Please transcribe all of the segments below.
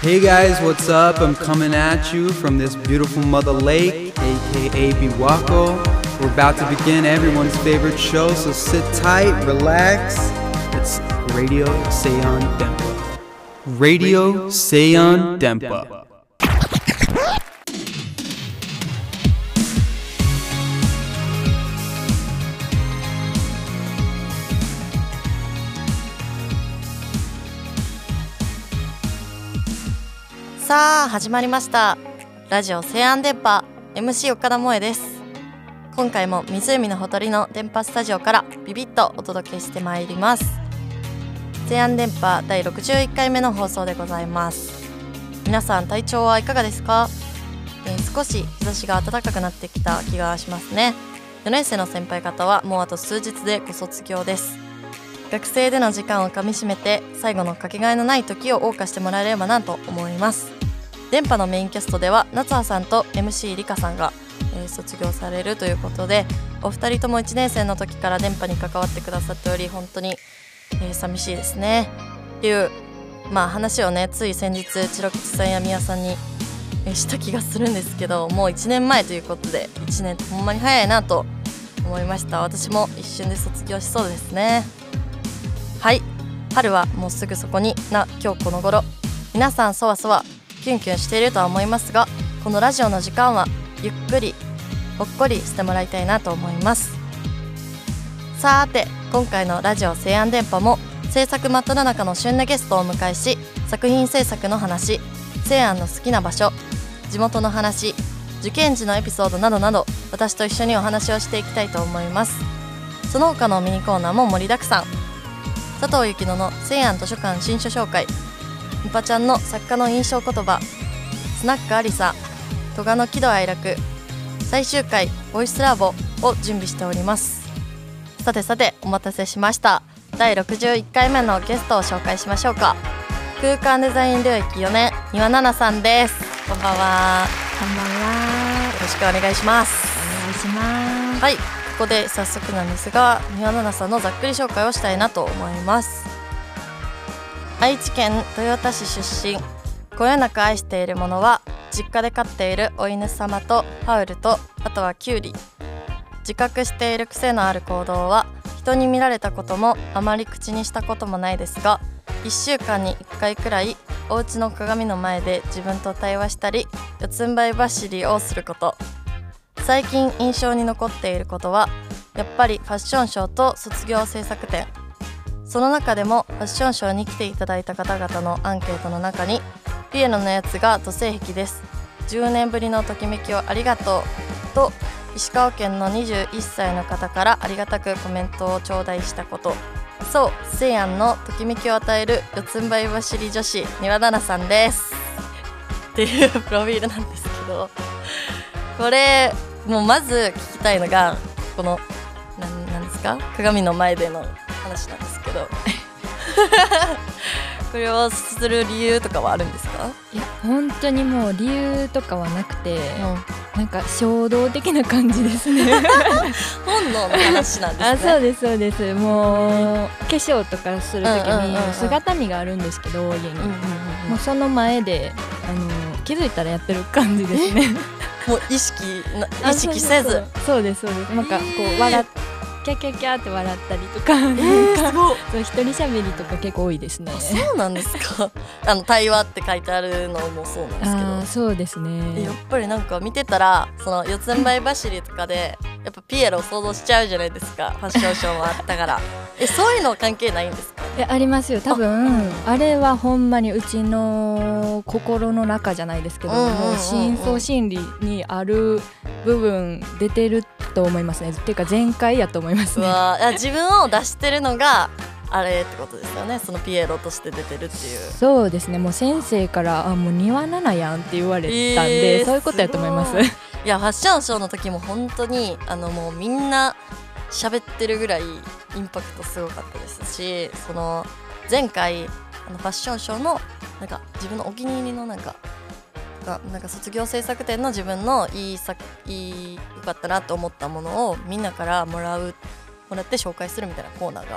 Hey guys, what's up? I'm coming at you from this beautiful mother lake, aka Biwako. We're about to begin everyone's favorite show, so sit tight, relax. It's Radio Seion Denpa. Radio Seion Denpa. さあ始まりました。ラジオ西安電波 MC 岡田萌です。今回も湖のほとりの電波スタジオからビビッとお届けしてまいります。西安電波第61回目の放送でございます。皆さん体調はいかがですか？少し日差しが暖かくなってきた気がしますね。4年生の先輩方はもうあと数日でご卒業です。学生での時間をかみしめて最後のかけがえのない時を謳歌してもらえればなと思います。電波のメインキャストでは夏葉さんと MC リカさんが、卒業されるということで、お二人とも1年生の時から電波に関わってくださっており本当に、寂しいですねっていう、話をねつい先日チロキチさんやミヤさんに、した気がするんですけど、もう1年前ということで1年ってほんまに早いなと思いました。私も一瞬で卒業しそうですね。はい、春はもうすぐそこにな今日この頃、皆さんそわそわキュンキュンしているとは思いますが、このラジオの時間はゆっくりほっこりしてもらいたいなと思います。さーて今回のラジオ西安電波も制作真っ只中の旬なゲストをお迎えし、作品制作の話、西安の好きな場所、地元の話、受験時のエピソードなどなど、私と一緒にお話をしていきたいと思います。その他のミニコーナーも盛りだくさん。佐藤幸乃の西安図書館新書紹介、みぱちゃんの作家の印象言葉、スナックアリサ、戸賀の喜怒哀楽、最終回ボイスラボを準備しております。さてお待たせしました。第61回目のゲストを紹介しましょうか。空間デザイン領域4年丹羽奈々さんです。こんばんは。 こんばんは。 よろしくお願いします。 お願いします。 はい、ここで早速なんですが、丹羽奈々さんのざっくり紹介をしたいなと思います。愛知県豊田市出身、こよなく愛しているものは実家で飼っているお犬様とハウルと、あとはキュウリ。自覚している癖のある行動は人に見られたこともあまり口にしたこともないですが、1週間に1回くらいお家の鏡の前で自分と対話したり四つん這い走りをすること。最近印象に残っていることはやっぱりファッションショーと卒業制作展。その中でもファッションショーに来ていただいた方々のアンケートの中に、ピエロのやつが土星壁です、10年ぶりのときめきをありがとうと石川県の21歳の方からありがたくコメントを頂戴したこと。そう、西安のときめきを与える四つん這い走り女子丹羽奈々さんですっていうプロフィールなんですけど、これもうまず聞きたいのがこのなんですか、鏡の前での話なんですけどこれをする理由とかはあるんですか？ いや本当にもう理由とかはなくて、なんか衝動的な感じですね本能の話なんですね。 あ、そうですそうです。もう化粧とかするときに姿見があるんですけど、家に、もうその前で気づいたらやってる感じですねもう意識せず。 そうですそうです。なんかこう笑ってキャキャキャって笑ったりとか、 すごいそう一人喋りとか結構多いですね。 そうなんですか対話って書いてあるのもそうなんですけど。 そうですね。 やっぱりなんか見てたらその四つん這い走りとかでやっぱピエロを想像しちゃうじゃないですか。ファッションショーもあったからそういうの関係ないんですか？ ありますよ多分。あれはほんまにうちの心の中じゃないですけど、もう深層心理にある部分出てると思いますね。っていうか全開やと思いますね。 自分を出してるのがあれってことですよね。そのピエロとして出てるっていう。 そうですね。もう先生からもう丹羽奈々やんって言われたんで、そういうことやと思います。 いやファッションショーの時も本当にもうみんな喋ってるぐらいインパクトすごかったですし、その前回ファッションショーのなんか自分のお気に入りのなんか卒業制作展の自分の良かったなと思ったものをみんなからもらって紹介するみたいなコーナーが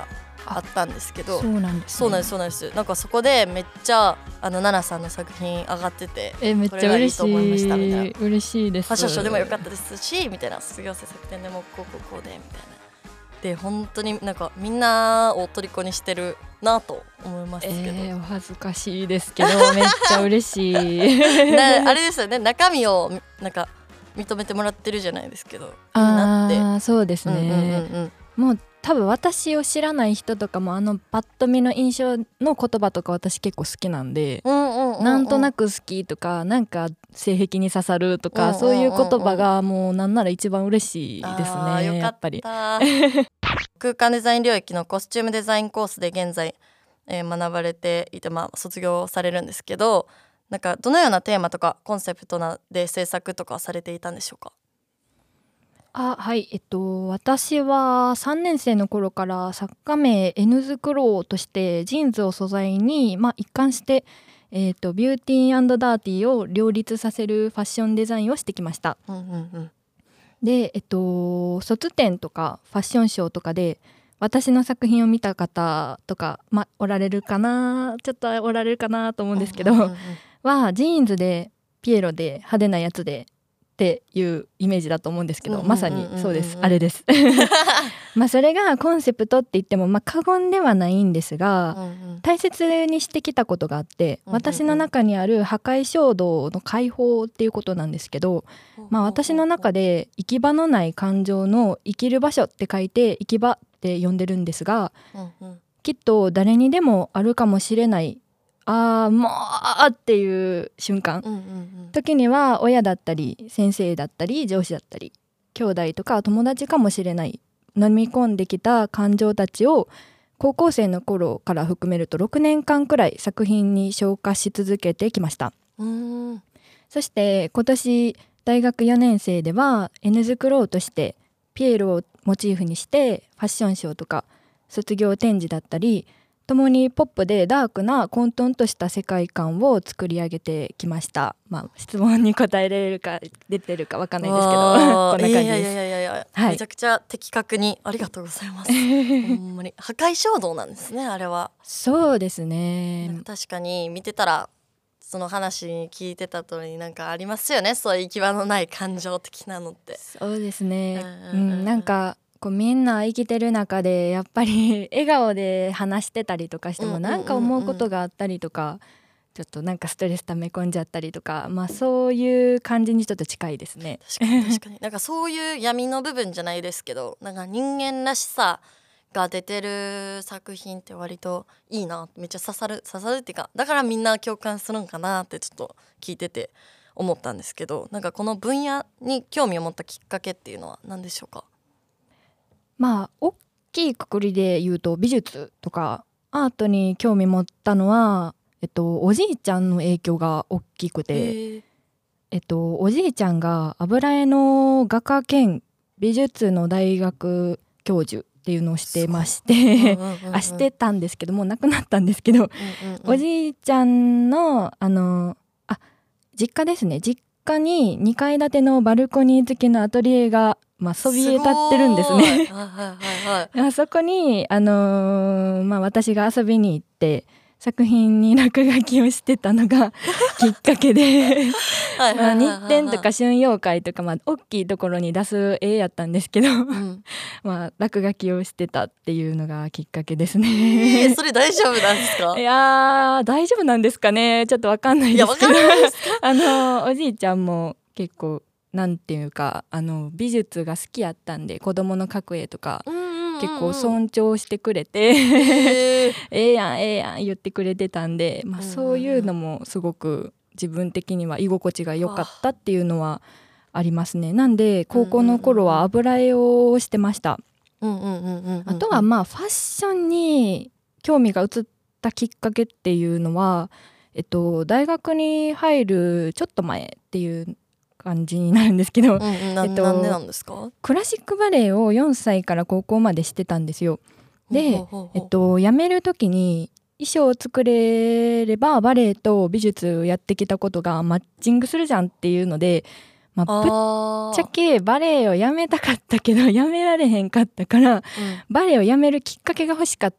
あったんですけど、 そうなんですね。 そうなんです。なんかそこでめっちゃナナさんの作品上がってて、 めっちゃ嬉しい、 これがいいと思いましたみたいな。 嬉しいです。 ファッションショーでも良かったですしみたいな、卒業生作展でもこうでみたいな。で本当になんかみんなを虜にしてるなと思いますけど、 お恥ずかしいですけどめっちゃ嬉しいあれですよね、中身をなんか認めてもらってるじゃないですけど、いいなって。 そうですね、もう多分私を知らない人とかもパッと見の印象の言葉とか私結構好きなんで、なんとなく好きとかなんか性癖に刺さるとか、そういう言葉がもうなんなら一番嬉しいですね。やっぱり空間デザイン領域のコスチュームデザインコースで現在、学ばれていて、卒業されるんですけど、なんかどのようなテーマとかコンセプトで制作とかされていたんでしょうか？ はい、私は3年生の頃から作家名 N ズクローとしてジーンズを素材に、一貫して、ビューティー&ダーティーを両立させるファッションデザインをしてきました。で、卒展とかファッションショーとかで私の作品を見た方とか、おられるかなと思うんですけど、はジーンズでピエロで派手なやつでっていうイメージだと思うんですけど、まさにそうです、あれですそれがコンセプトって言っても過言ではないんですが、大切にしてきたことがあって、私の中にある破壊衝動の解放っていうことなんですけど、私の中で行き場のない感情の生きる場所って書いて行き場って呼んでるんですが、きっと誰にでもあるかもしれないもうっていう瞬間、時には親だったり先生だったり上司だったり兄弟とか友達かもしれない飲み込んできた感情たちを高校生の頃から含めると6年間くらい作品に昇華し続けてきました。そして今年大学4年生では N ズクローとしてピエロをモチーフにしてファッションショーとか卒業展示だったり、共にポップでダークな混沌とした世界観を作り上げてきました。質問に答えられるか出てるか分かんないですけどこんな感じです。 めちゃくちゃ的確にありがとうございますほんまに破壊衝動なんですね、あれは。 そうですね、 確かに見てたらその話聞いてた通りなんかありますよね、そういう行き場のない感情的なのって。 そうですね、なんかみんな生きてる中でやっぱり笑顔で話してたりとかしてもなんか思うことがあったりとか、ちょっとなんかストレス溜め込んじゃったりとか、そういう感じにちょっと近いですね。 確かになんかそういう闇の部分じゃないですけど、なんか人間らしさが出てる作品って割といいな、めっちゃ刺さるっていうか、だからみんな共感するんかなってちょっと聞いてて思ったんですけど、なんかこの分野に興味を持ったきっかけっていうのは何でしょうか？ 大きいくくりで言うと美術とかアートに興味持ったのは、おじいちゃんの影響が大きくて、おじいちゃんが油絵の画家兼美術の大学教授っていうのをしてましてしてたんですけどもう亡くなったんですけど、おじいちゃんの実家ですね、実家に2階建てのバルコニー付きのアトリエがそびえ立ってるんですねそこに、私が遊びに行って作品に落書きをしてたのがきっかけで日展とか春陽会とか、大きいところに出す絵やったんですけど、落書きをしてたっていうのがきっかけですね。 それ大丈夫なんですか？ いや大丈夫なんですかね、ちょっと分かんないですけどおじいちゃんも結構なんていうか美術が好きやったんで子供の描く絵とか結構尊重してくれてええやん言ってくれてたんで、そういうのもすごく自分的には居心地が良かったっていうのはありますね。なんで高校の頃は油絵をしてました。あとはファッションに興味が移ったきっかけっていうのは、大学に入るちょっと前っていう感じになるんですけど、 なんでなんですか？ クラシックバレエを4歳から高校までしてたんですよ。で、辞める時に衣装を作れればバレエと美術をやってきたことがマッチングするじゃんっていうので、ぶっちゃけバレエをやめたかったけどやめられへんかったから、バレエをやめるきっかけが欲しかっ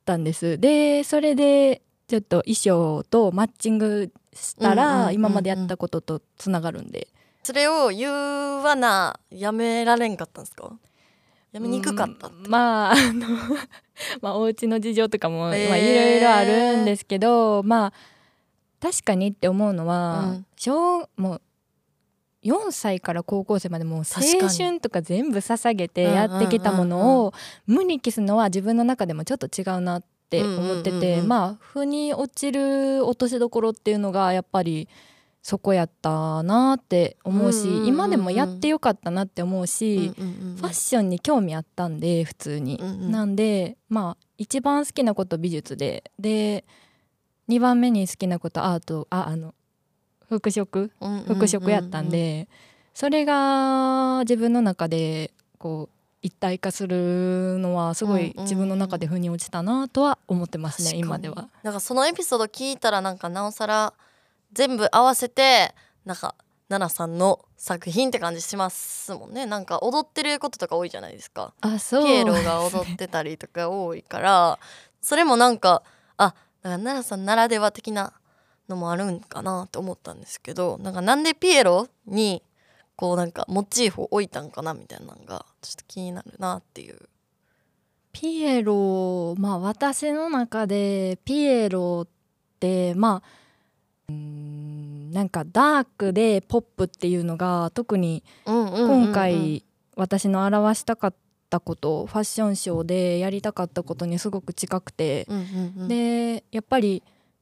ったんです。でそれでちょっと衣装とマッチングしたら今までやったこととつながるんで、 それを言わなやめられんかったんですか？やめにくかったって。 まあまあお家の事情とかもいろいろあるんですけど、まあ確かにって思うのは、もう4歳から高校生までもう青春とか全部捧げてやってきたものを無に帰すのは自分の中でもちょっと違うなって思ってて、まあ腑に落ちる落としどころっていうのがやっぱりそこやったなって思うし、今でもやってよかったなって思うし、ファッションに興味あったんで普通に、なんでまあ一番好きなこと美術で2番目に好きなことアート、服飾やったんで、それが自分の中でこう一体化するのはすごい自分の中で腑に落ちたなとは思ってますね、今では。 なんかそのエピソード聞いたらなんかなおさら全部合わせてなんか奈々さんの作品って感じしますもんね。なんか踊ってることとか多いじゃないですか。 そうピエロが踊ってたりとか多いからそれもなんか奈々さんならでは的なのもあるんかなと思ったんですけど、なんでピエロにこうなんかモチーフを置いたんかなみたいなのがちょっと気になるなっていう。 ピエロ、まあ私の中でピエロってまあなんかダークでポップっていうのが特に今回私の表したかったことファッションショーでやりたかったことにすごく近くて、でやっぱり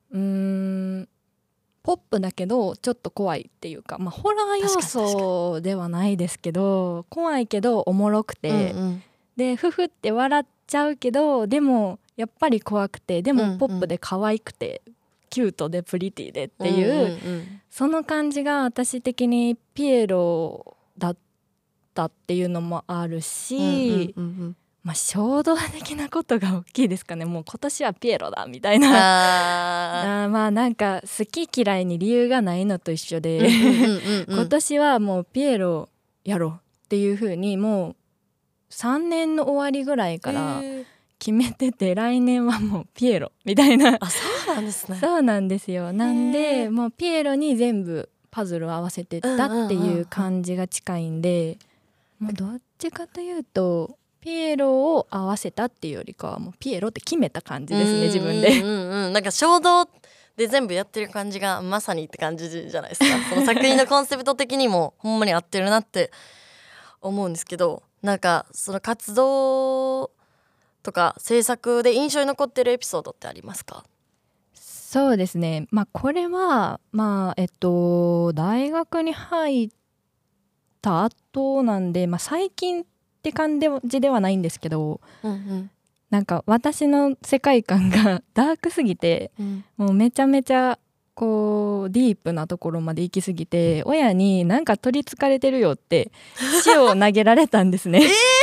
ポップだけどちょっと怖いっていうか、まあ、ホラー要素ではないですけど怖いけどおもろくて、でふふって笑っちゃうけどでもやっぱり怖くてでもポップで可愛くて、キュートでプリティでっていう、その感じが私的にピエロだったっていうのもあるし、まあ、衝動的なことが大きいですかね。もう今年はピエロだみたいなまあなんか好き嫌いに理由がないのと一緒で今年はもうピエロやろうっていう風にもう3年の終わりぐらいから決めてて、来年はもうピエロみたいな。 そうなんですね。 そうなんですよ。なんでもうピエロに全部パズルを合わせてったっていう感じが近いんで、もうどっちかというとピエロを合わせたっていうよりかはもうピエロって決めた感じですね、自分で。 なんか衝動で全部やってる感じがまさにって感じじゃないですか。その作品のコンセプト的にもほんまに合ってるなって思うんですけど、なんかその活動とか制作で印象に残ってるエピソードってありますか？ そうですね、まあこれはまあ大学に入った後なんで、まあ、最近って感じではないんですけど、なんか私の世界観がダークすぎて、もうめちゃめちゃこうディープなところまで行きすぎて親になんか取りつかれてるよって塩を投げられたんですね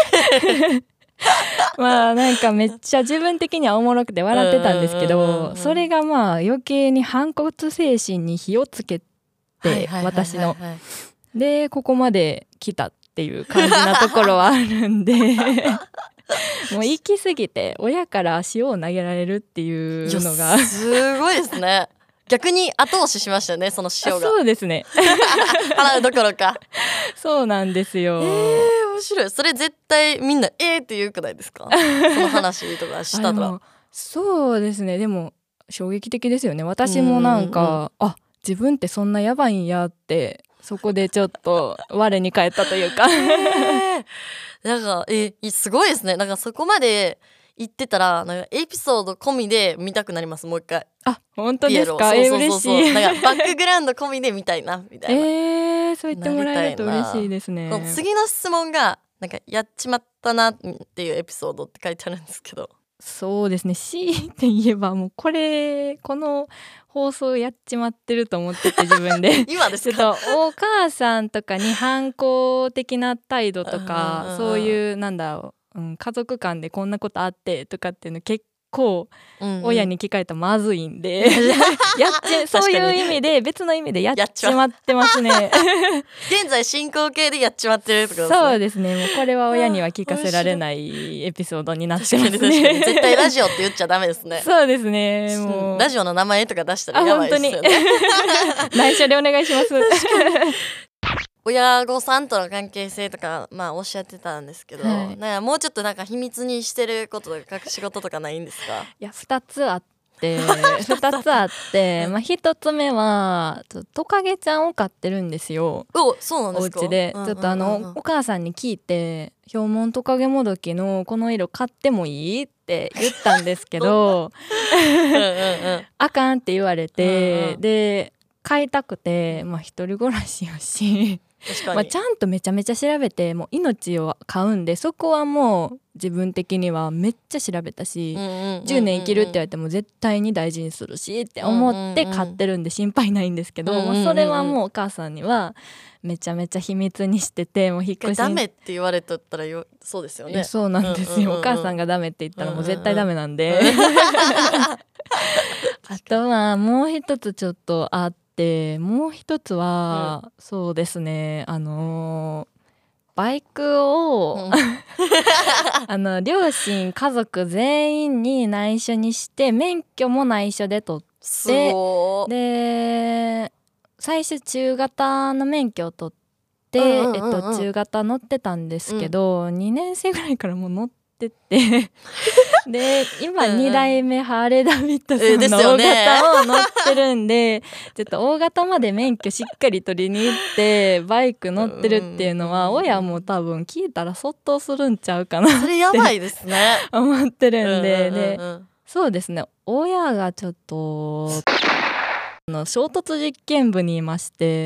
まあなんかめっちゃ自分的にはおもろくて笑ってたんですけど、それがまあ余計に反骨精神に火をつけて私のでここまで来たっていう感じなところはあるんでもう行き過ぎて親から塩を投げられるっていうのがすごいですね。逆に後押ししましたね、その塩が。 そうですね払うどころかそうなんですよ。 面白い。それ絶対みんなって言うくないですかその話とかしたら。 そうですね、でも衝撃的ですよね。私もなんか、自分ってそんなやばいんやってそこでちょっと我に返ったというかなんかすごいですね。なんかそこまで言ってたらなんかエピソード込みで見たくなります。もう一回。 本当ですか？嬉しい。 なんかバックグラウンド込みで見たいなみたいなそう言ってもらえると嬉しいですね。 次の質問がなんかやっちまったなっていうエピソードって書いてあるんですけど。 そうですね、強いて言えばもうこの放送やっちまってると思ってて自分で今ですか？ ちょっとお母さんとかに反抗的な態度とかそういうなんだろう、家族間でこんなことあってとかっていうの結構親に聞かれたらまずいんで、そういう意味で別の意味でやっちまってますね。 現在進行形でやっちまってるってことですね。 そうですね。もうこれは親には聞かせられないエピソードになってますね。 絶対ラジオって言っちゃダメですね。 そうですね。もうラジオの名前とか出したらやばいですよね。 内緒でお願いします。 親御さんとの関係性とかおっしゃってたんですけど、なんかもうちょっとなんか秘密にしてることとか隠し事とかないんですか？ いや2つあって2つあって、1つ目はトカゲちゃんを飼ってるんですよ。 そうなんですか？ お家でちょっとお母さんに聞いて、ヒョウモントカゲモドキのこの色買ってもいいって言ったんですけどあかんって言われて、で飼いたくて、一人暮らしやしちゃんとめちゃめちゃ調べて、もう命を飼うんで、そこはもう自分的にはめっちゃ調べたし、10年生きるって言われても絶対に大事にするしって思って飼ってるんで心配ないんですけど、それはもうお母さんにはめちゃめちゃ秘密にしてて、もう引っ越しダメって言われとったらそうですよね。 そうなんですよ、お母さんがダメって言ったらもう絶対ダメなんであとはもう一つちょっとあって、もう一つは、そうですね、バイクを、両親家族全員に内緒にして、免許も内緒で取って、で最初中型の免許を取って、中型乗ってたんですけど、2年生ぐらいからもう乗ってってで今2代目ハーレーダビッドさんの大型を乗ってるんで、ちょっと大型まで免許しっかり取りに行ってバイク乗ってるっていうのは、親も多分聞いたらそっとするんちゃうかなってそれやばいですね思ってるんで、でそうですね、親がちょっと衝突実験部にいまして、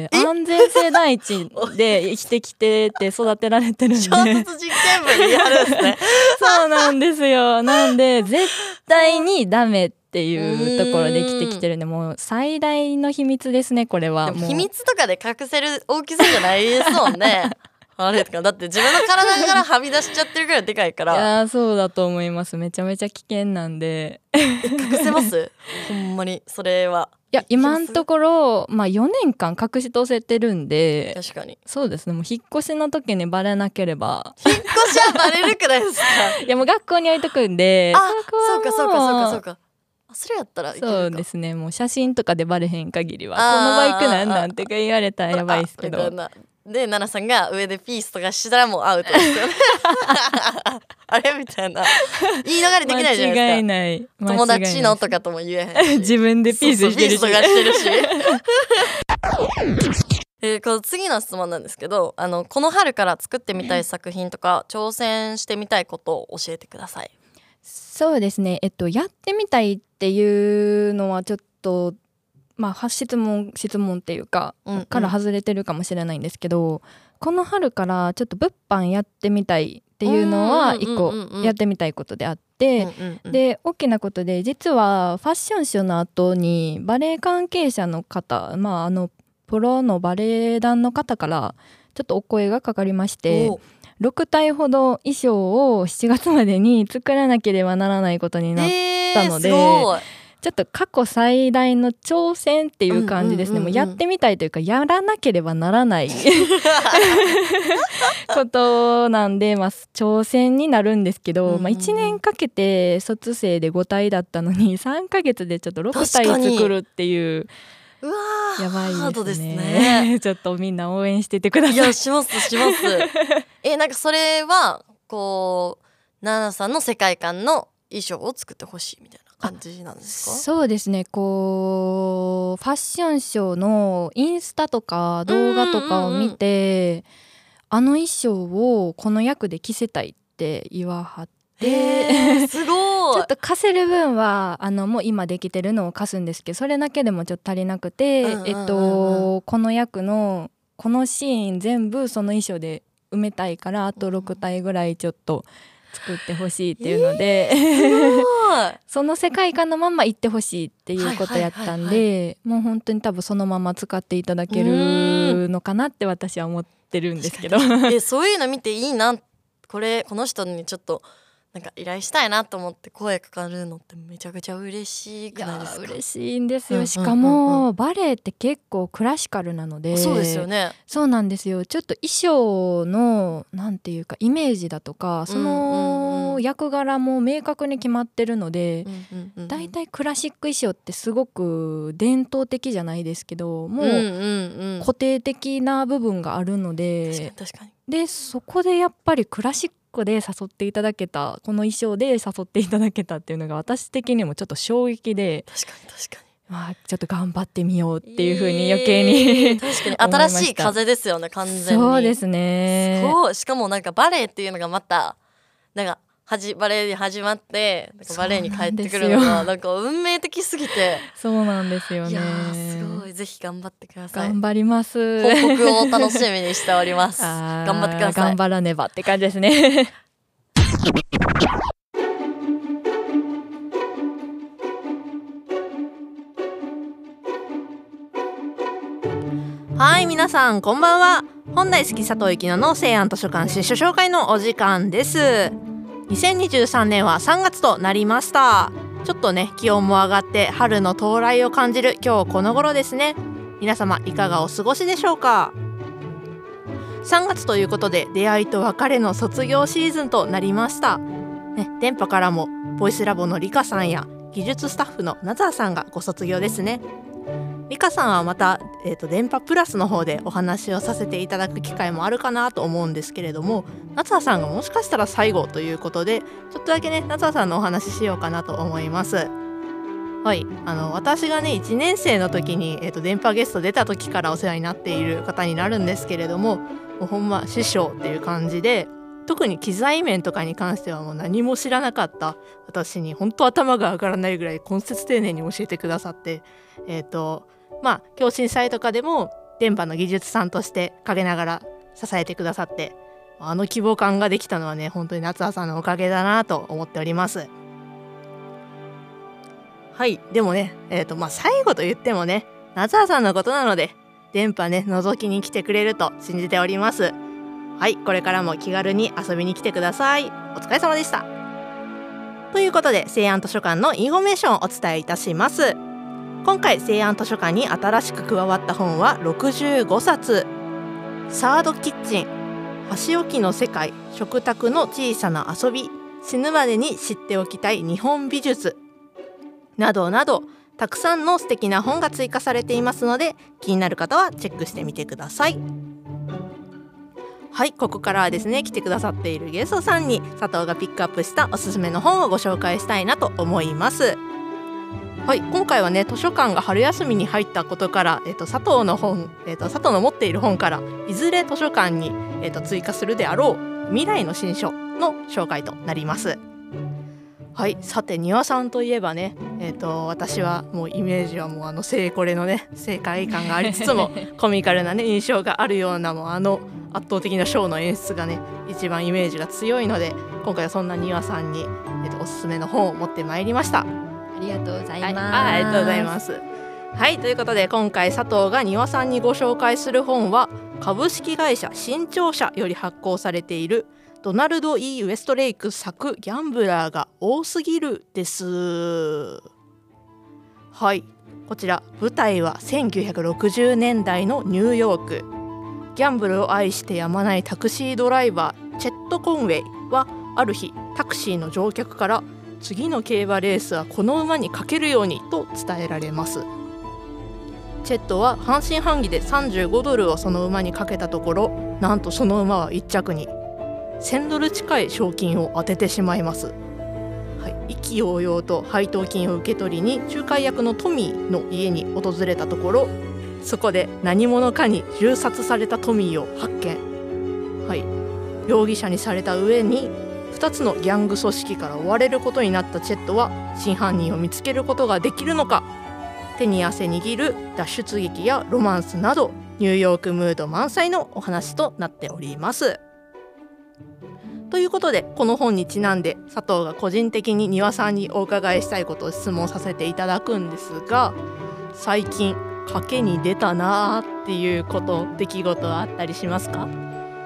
安全性第一で生きてきてて育てられてるんで衝突実験部にやるんですねそうなんですよ。なんで絶対にダメっていうところで生きてきてるんで、もう最大の秘密ですね、これは。 でも秘密とかで隠せる大きさじゃないですもんねあれとかだって自分の体からはみ出しちゃってるぐらいでかいからいやそうだと思います。めちゃめちゃ危険なんで隠せますほんまにそれは。 いや今のところ、4年間隠し通せてるんで、 確かにそうですね、もう引っ越しの時にバレなければ。 引っ越しはバレるくないですかいやもう学校に置いとくんで、 そうかそれやったらいけるか。 そうですね、もう写真とかでバレへん限りはこのバイクなんてか言われたらやばいですけど、 で奈々さんが上でピースとかしたらもうアウトですよねあれみたいな言い逃れできないじゃないですか。 間違いない、 友達のとかとも言えへんし自分でピースしてるし、 ピースとかしてるしこの次の質問なんですけど、この春から作ってみたい作品とか挑戦してみたいことを教えてください。 そうですね、やってみたいっていうのはちょっと質問っていうか、から外れてるかもしれないんですけど、この春からちょっと物販やってみたいっていうのは一個やってみたいことであって、で大きなことで、実はファッションショーの後にバレエ関係者の方、プロのバレエ団の方からちょっとお声がかかりまして、6体ほど衣装を7月までに作らなければならないことになったので、 すごいちょっと過去最大の挑戦っていう感じですね。もうやってみたいというか、やらなければならないことなんで、挑戦になるんですけど、1年かけて卒生で5体だったのに3ヶ月でちょっと6体作るっていう。 うわやばいですね。 ハードですねちょっとみんな応援しててください。 いやしますなんかそれはこう奈々さんの世界観の衣装を作ってほしいみたいな感じなんですか？ そうですね、こうファッションショーのインスタとか動画とかを見て、あの衣装をこの役で着せたいって言わはって、 すごいちょっと貸せる分はもう今できてるのを貸すんですけど、それだけでもちょっと足りなくて、この役のこのシーン全部その衣装で埋めたいから、あと6体ぐらいちょっと作ってほしいっていうので、その世界観のまま行ってほしいっていうことやったんで、もう本当に多分そのまま使っていただけるのかなって私は思ってるんですけどそういうの見ていいな、この人にちょっとなんか依頼したいなと思って声かかるのってめちゃくちゃ嬉しくないですか？ 嬉しいんですよ、 うんうんうんうん、 しかもバレエって結構クラシカルなので。 そうですよね。 そうなんですよ。ちょっと衣装のなんていうかイメージだとかその役柄も明確に決まってるので、だいたいクラシック衣装ってすごく伝統的じゃないですけどもう固定的な部分があるので、 確かにでそこでやっぱりクラシックで誘っていただけた、この衣装で誘っていただけたっていうのが私的にもちょっと衝撃で、 確かにまあ、ちょっと頑張ってみようっていう風に余計に確かに新しい風ですよね、完全に。 そうですね。 そう、しかもなんかバレエっていうのがまたなんかバレエに始まってなんかバレエに帰ってくるのがなんか運命的すぎてそうなんですよね。 いやすごい、ぜひ頑張ってください。 頑張ります。 報告を楽しみにしております頑張ってください。 頑張らねばって感じですねはい、皆さんこんばんは。本大好き佐藤ゆきの西安図書館新書紹介のお時間です。2023年は3月となりました。ちょっとね気温も上がって春の到来を感じる今日この頃ですね。皆様いかがお過ごしでしょうか。3月ということで出会いと別れの卒業シーズンとなりました、ね、電波からもボイスラボのリカさんや技術スタッフのナザーさんがご卒業ですね。リカさんはまた、電波プラスの方でお話をさせていただく機会もあるかなと思うんですけれども、ナツァさんがもしかしたら最後ということでちょっとだけねナツァさんのお話ししようかなと思います。はい、私がね1年生の時に、電波ゲスト出た時からお世話になっている方になるんですけれども、もうほんま師匠っていう感じで、特に機材面とかに関してはもう何も知らなかった私に本当頭が上がらないぐらい根節丁寧に教えてくださって、共振祭とかでも電波の技術さんとして陰ながら支えてくださって、希望感ができたのはね本当に夏葉さんのおかげだなと思っております。はい、でもね、最後と言ってもね夏葉さんのことなので電波ね覗きに来てくれると信じております。はい、これからも気軽に遊びに来てください。お疲れ様でした。ということで西安図書館のインフォメーションをお伝えいたします。今回西安図書館に新しく加わった本は65冊。サードキッチン、箸置きの世界、食卓の小さな遊び、死ぬまでに知っておきたい日本美術などなど、たくさんの素敵な本が追加されていますので、気になる方はチェックしてみてください。はい、ここからはですね来てくださっているゲストさんに佐藤がピックアップしたおすすめの本をご紹介したいなと思います。はい、今回はね図書館が春休みに入ったことから、佐藤の本、佐藤の持っている本からいずれ図書館に、追加するであろう未来の新書の紹介となります。はい、さて庭さんといえばね、私はもうイメージはもうセイコレのね世界観がありつつもコミカルなね印象があるようなもう圧倒的なショーの演出がね一番イメージが強いので、今回はそんな庭さんに、おすすめの本を持ってまいりました。 ありがとうございます。 ありがとうございます。はい、ということで今回佐藤が庭さんにご紹介する本は株式会社新潮社より発行されているドナルド・E・ウエストレイク作ギャンブラーが多すぎるです。はい、こちら舞台は1960年代のニューヨーク。ギャンブルを愛してやまないタクシードライバーチェット・コンウェイはある日タクシーの乗客から次の競馬レースはこの馬にかけるようにと伝えられます。チェットは半信半疑で35ドルをその馬にかけたところ、なんとその馬は1着に1000ドル近い賞金を当ててしまいます。はい、意気揚々と配当金を受け取りに仲介役のトミーの家に訪れたところ、そこで何者かに銃殺されたトミーを発見。はい、容疑者にされた上に2つのギャング組織から追われることになったチェットは真犯人を見つけることができるのか。手に汗握る脱出劇やロマンスなどニューヨークムード満載のお話となっております。ということでこの本にちなんで佐藤が個人的に庭さんにお伺いしたいことを質問させていただくんですが、最近賭けに出たなーっていう出来事はあったりしますか？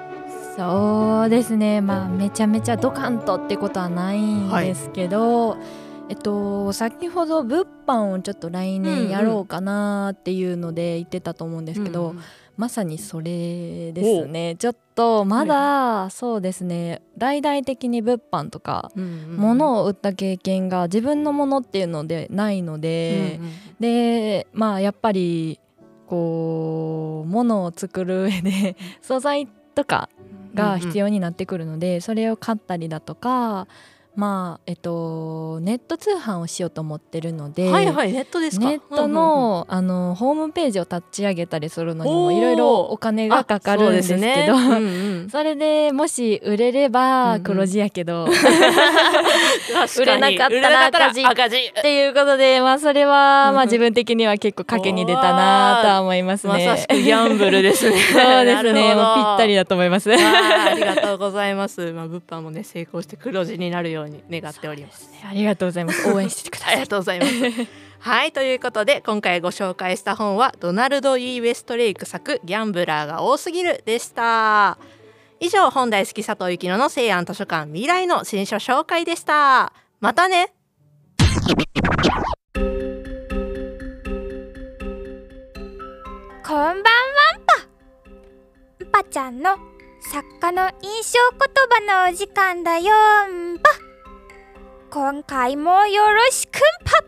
そうですね、まあめちゃめちゃドカンとってことはないんですけど、先ほど物販をちょっと来年やろうかなっていうので言ってたと思うんですけど、まさにそれですね。ちょっとまだそうですね、大々的に物販とか物を売った経験が自分のものっていうのでないので、でまあやっぱりこう物を作る上で素材とかが必要になってくるので、それを買ったりだとか、まあネット通販をしようと思ってるので、 はいはい、ネットですか。 ネットの、ホームページを立ち上げたりするのにもいろいろお金がかかるんですけど、それでもし売れれば黒字やけど、売れなかったら赤字っていうことで、まあそれはまあ自分的には結構賭けに出たなとは思いますね。 まさしくギャンブルですね。 そうですね、もうぴったりだと思います。 ありがとうございます。まあ物販もね成功して黒字になるように願っております。 ありがとうございます。応援してください。 ありがとうございます。はい、ということで今回ご紹介した本はドナルド・E・ウェストレイク作ギャンブラーが多すぎるでした。以上、本大好き佐藤幸乃の西安図書館未来の新書紹介でした。またね。 こんばんはんぱ。んぱちゃんの作家の印象言葉のお時間だよんぱ。今回もよろしくんぱ。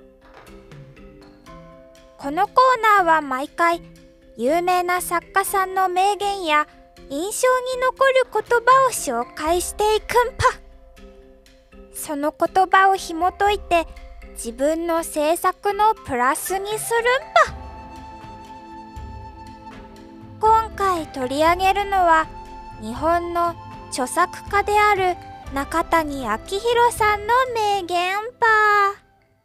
このコーナーは毎回有名な作家さんの名言や印象に残る言葉を紹介していくんぱ。その言葉を紐解いて自分の制作のプラスにするんぱ。今回取り上げるのは日本の著作家である中谷昭弘さんの名言ぱ。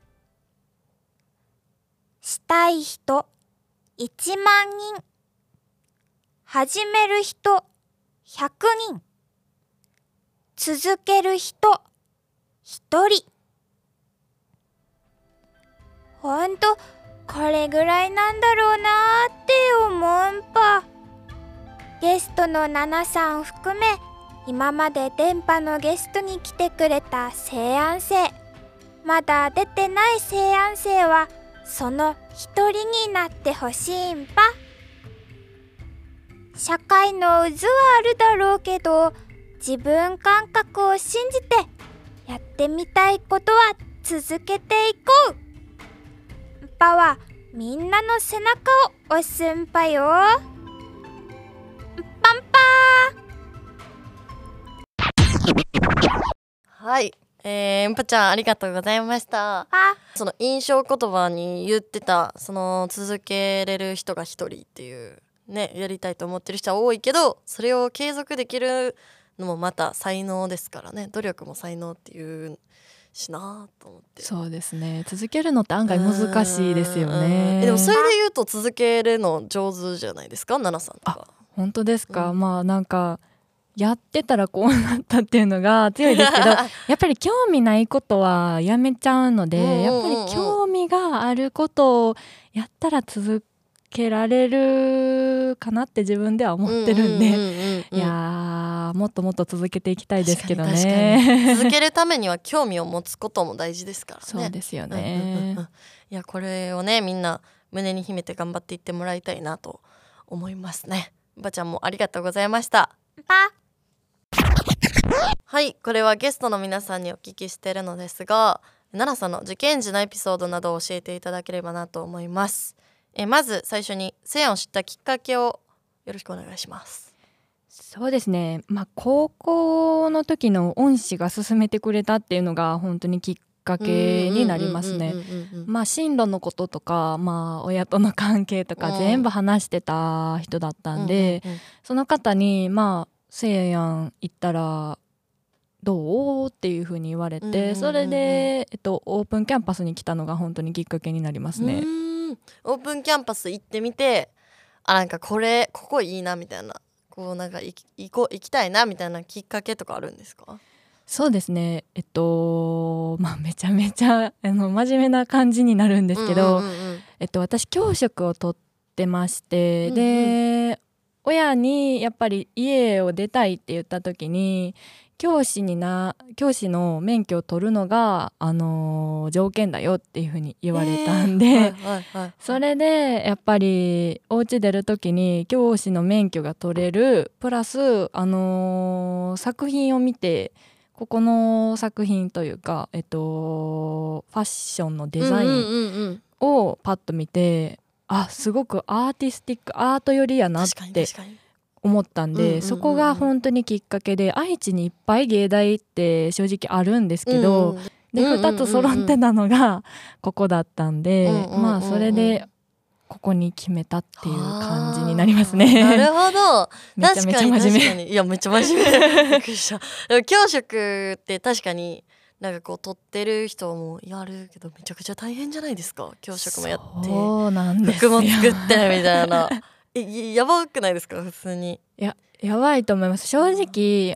したい人1万人、始める人100人、続ける人1人。ほんとこれぐらいなんだろうなーって思うんぱ。ゲストのナナさん含め今まで電波のゲストに来てくれた西安生、まだ出てない西安生はその一人になってほしいんぱ。社会の渦はあるだろうけど自分感覚を信じてやってみたいことは続けていこう。んぱはみんなの背中を押すんぱよ。パンパはい、んぱちゃんありがとうございました。その印象言葉に言ってたその続けれる人が一人っていうね、やりたいと思ってる人は多いけどそれを継続できるのもまた才能ですからね。努力も才能っていうしなと思って。 そうですね、続けるのって案外難しいですよね。 でもそれで言うと続けるの上手じゃないですか、奈々さんとか。 本当ですか。まあなんかやってたらこうなったっていうのが強いですけどやっぱり興味ないことはやめちゃうので、やっぱり興味があることをやったら続けられるかなって自分では思ってるんで、いやもっともっと続けていきたいですけどね。 続けるためには興味を持つことも大事ですからね。 そうですよね。 いやこれをねみんな胸に秘めて頑張っていってもらいたいなと思いますね。ばちゃんもありがとうございました。はい、これはゲストの皆さんにお聞きしているのですが、奈々さんの受験時のエピソードなどを教えていただければなと思います。まず最初に西安を知ったきっかけをよろしくお願いします。 そうですね、高校の時の恩師が勧めてくれたっていうのが本当にきっかけになりますね。進路のこととか、親との関係とか全部話してた人だったんで、その方に西安行ったらどうっていう風に言われて、それで、オープンキャンパスに来たのが本当にきっかけになりますね。 オープンキャンパス行ってみて、なんかここいいなみたいな、こうなんか行きたいなみたいなきっかけとかあるんですか？ そうですね、めちゃめちゃ真面目な感じになるんですけど、私教職を取ってまして、で親にやっぱり家を出たいって言った時に教師の免許を取るのが、条件だよっていうふうに言われたんで、それでやっぱりお家出る時に教師の免許が取れるプラス、作品を見てここの作品というか、ファッションのデザインをパッと見て、すごくアーティスティックアート寄りやなって思ったんで、そこが本当にきっかけで、愛知にいっぱい芸大って正直あるんですけど、で2つ揃ってたのがここだったんで、それでここに決めたっていう感じになりますね。 なるほど。 めちゃめちゃ真面目。 いやめっちゃ真面目。びっくりした。でも教職って確かになんかこう取ってる人もやるけどめちゃくちゃ大変じゃないですか。教職もやってそうなんですよ。 服も作ってみたいな。やばくないですか普通に。 やばいと思います。正直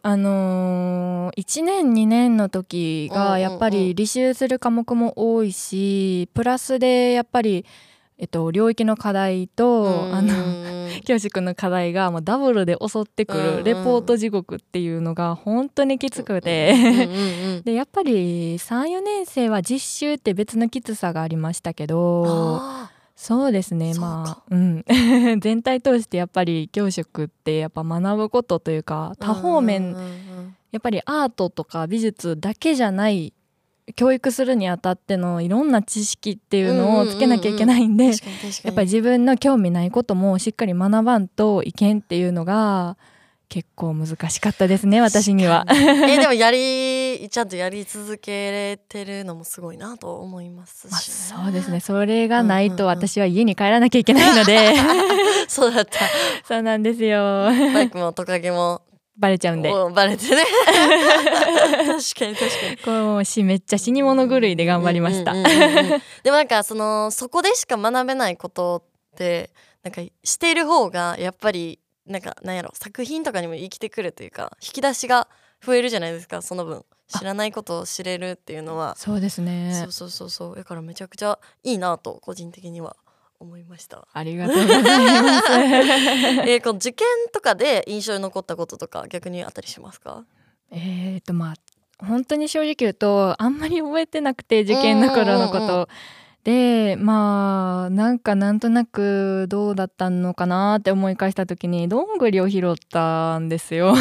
1年2年の時がやっぱり履修する科目も多いし、プラスでやっぱり領域の課題と教職の課題がもうダブルで襲ってくるレポート地獄っていうのが本当にきつくてでやっぱり 3,4 年生は実習って別のきつさがありましたけど、そうですね、全体通してやっぱり教職ってやっぱ学ぶことというか多方面、やっぱりアートとか美術だけじゃない教育するにあたってのいろんな知識っていうのをつけなきゃいけないんで、やっぱり自分の興味ないこともしっかり学ばんといけんっていうのが結構難しかったですね、私には。 でもちゃんとやり続けれてるのもすごいなと思いますし、 そうですね、それがないと私は家に帰らなきゃいけないのでそうだった。 そうなんですよ。 バイクもトカゲもバレちゃうんで。 バレてね確かにこれもめっちゃ死に物狂いで頑張りました。 でもなんかそこでしか学べないことってなんかしている方がやっぱりなんやろ作品とかにも生きてくるというか引き出しが増えるじゃないですか。その分知らないことを知れるっていうのは。 そうですね。 そうだからめちゃくちゃいいなと個人的には思いました。 ありがとうございますこの受験とかで印象に残ったこととか逆にあったりしますか？ 本当に正直言うとあんまり覚えてなくて、受験の頃のことで、なんとなくどうだったのかなって思い返した時にどんぐりを拾ったんですよ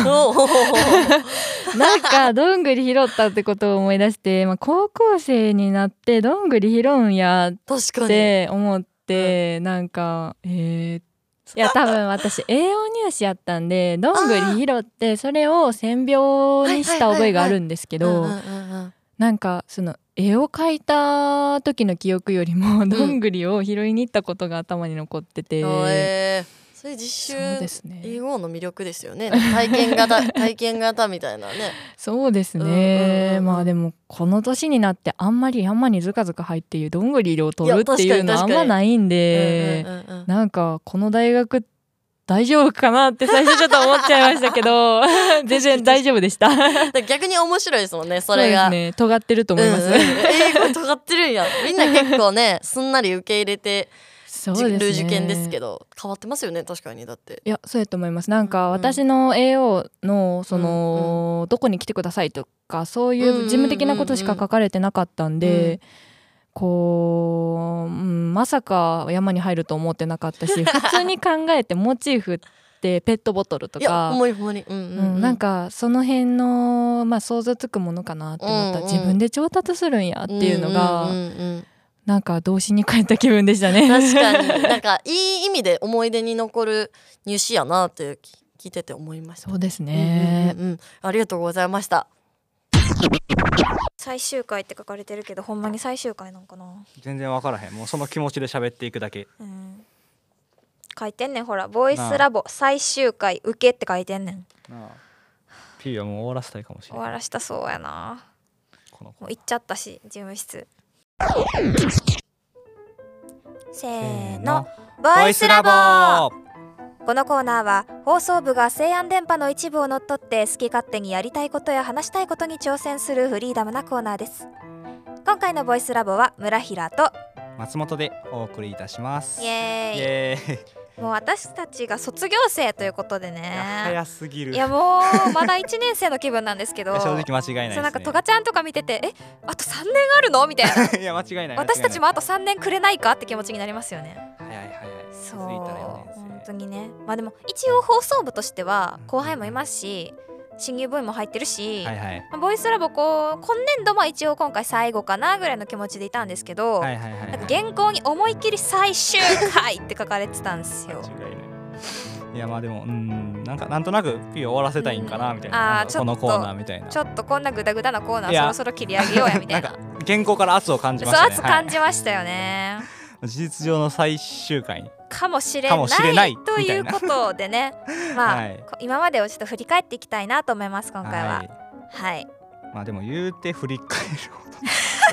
どんぐり拾ったってことを思い出して、高校生になってどんぐり拾うんやって思って、いや多分私栄養入試やったんでどんぐり拾ってそれを線描にした覚えがあるんですけど、その絵を描いた時の記憶よりもどんぐりを拾いに行ったことが頭に残ってて、 そういう実習、 そうですね、 英語の魅力ですよね。体験型みたいなね。 そうですね、でもこの年になってあんまり山にずかずか入ってどんぐりを取るっていうのはあんまないんで、この大学大丈夫かなって最初ちょっと思っちゃいましたけど全然大丈夫でした逆に面白いですもんね、それが。 そうですね、尖ってると思います、 英語尖ってるんや。みんな結構ねすんなり受け入れてる受験ですけど、変わってますよね確かに。だっていやそうやと思います。私の AO のどこに来てくださいとかそういう事務的なことしか書かれてなかったんで、まさか山に入ると思ってなかったし普通に考えてモチーフってペットボトルとかその辺の想像つくものかなって思ったら、自分で調達するんやっていうのが童心に帰った気分でしたね。 確かにいい意味で思い出に残る入試やなって聞いてて思いました。 そうですね、 ありがとうございました。 最終回って書かれてるけどほんまに最終回なんかな。 全然分からへん。もうその気持ちで喋っていくだけ、 書いてんねん、ほらボイスラボ最終回受けって書いてんねん。 P はもう終わらせたいかもしれない。 終わらしたそうやな。もう行っちゃったし事務室。せーの、ボイスラボ。このコーナーは放送部が西安電波の一部を乗っ取って好き勝手にやりたいことや話したいことに挑戦するフリーダムなコーナーです。今回のボイスラボは村平と松本でお送りいたします。 イエーイ。 もう私たちが卒業生ということでいやね。 早すぎる。 いやもうまだ1年生の気分なんですけど正直間違いないですね。 そうなんかトガちゃんとか見ててあと3年あるのみたいないや間違いない。 私たちもあと3年くれないかって気持ちになりますよね。 早い早い。 そう気づいたら4年生本当にね。まあでも一応放送部としては後輩もいますし新入部員も入ってるし、 はいはいまあボイスラボ今年度も一応今回最後かなぐらいの気持ちでいたんですけど、 はいはいはいはい。 なんか原稿に思いっきり最終回って書かれてたんですよ。 間違いない。いやまあでもなんとなく P を終わらせたいんかなみたいな、 ちょっとこのコーナーみたいな。 ちょっとこんなグダグダなコーナいやーそろそろ切り上げようやみたいななんか原稿から圧を感じまそうしたね。 圧感じましたよね、 事実上の最終回に。 かもしれかもしれなないいということでねまあ、 はい今までをちょっと振り返っていきたいなと思います今回は。 はいはい、 まあでも言うて振り返るほど。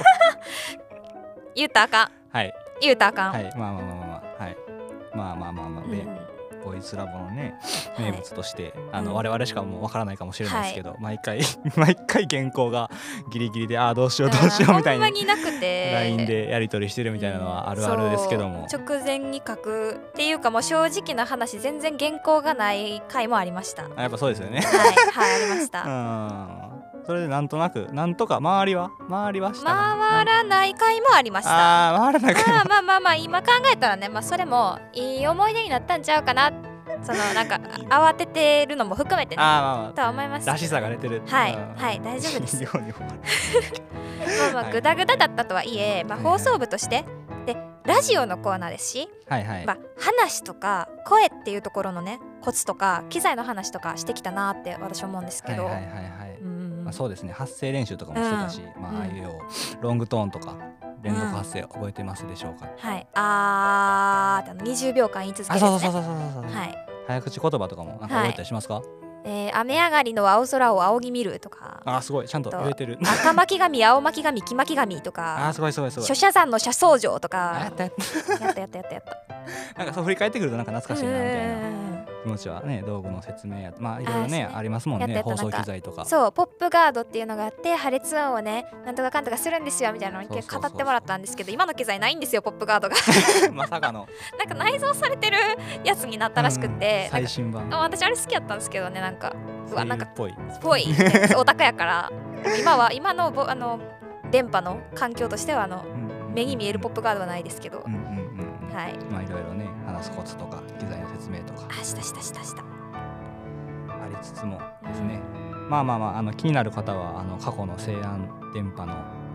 言うたらあかんはい言うたらあかん、 はいまあはいまあうんうんボイスラボのねはい名物として、 うん我々しかもうわからないかもしれないですけど、毎回原稿がギリギリでどうしようどうしようみたいにほんまになくて LINE でやり取りしてるみたいなのはあるあるですけども、 そう直前に書くっていうかもう正直な話全然原稿がない回もありましたはいやっぱそうですよね。 はいありましうたんそれでなんとか周りはしたかな回らない回もありました回らないかまあ今考えたらね、まあ、それもいい思い出になったんちゃうかなそのなんか慌ててるのも含めてねまとは思いますけどらしさが出てる。 はいうんはい大丈夫ですように思うまあはいグダグダだったとはいえ、まあ、放送部としてでラジオのコーナーですし、 はいはい、 まあ、話とか声っていうところのねコツとか機材の話とかしてきたなって私は思うんですけど、 はいはいそうですね発声練習とかもしてたし、ああいうロングトーンとか連続発声覚えてますでしょうか。 はいって20秒間言い続けるやつね。 そう、 はい早口言葉とかもなんか覚えたりしますか。 雨上がりの青空を仰ぎ見るとかすごいちゃんと言えてる。 赤巻き紙青巻き紙黄巻き紙とかすごい諸社山の社僧城とかやったなんかそう振り返ってくるとなんか懐かしいなみたいな気持ちはね道具の説明いろいろねありますもんね放送機材とか。 そうポップガードっていうのがあって破裂音をねなんとかかんとかするんですよみたいなのに語ってもらったんですけど今の機材ないんですよポップガードがまさかのなんか内蔵されてるやつになったらしくって最新版。 私あれ好きやったんですけどねなんかうわなんかっぽいオタクやから今の電波の環境としては目に見えるポップガードはないですけど、はいまあいろいろね話すコツとか機材の説明とかしたありつつもですね、まあ気になる方は過去の西安電波の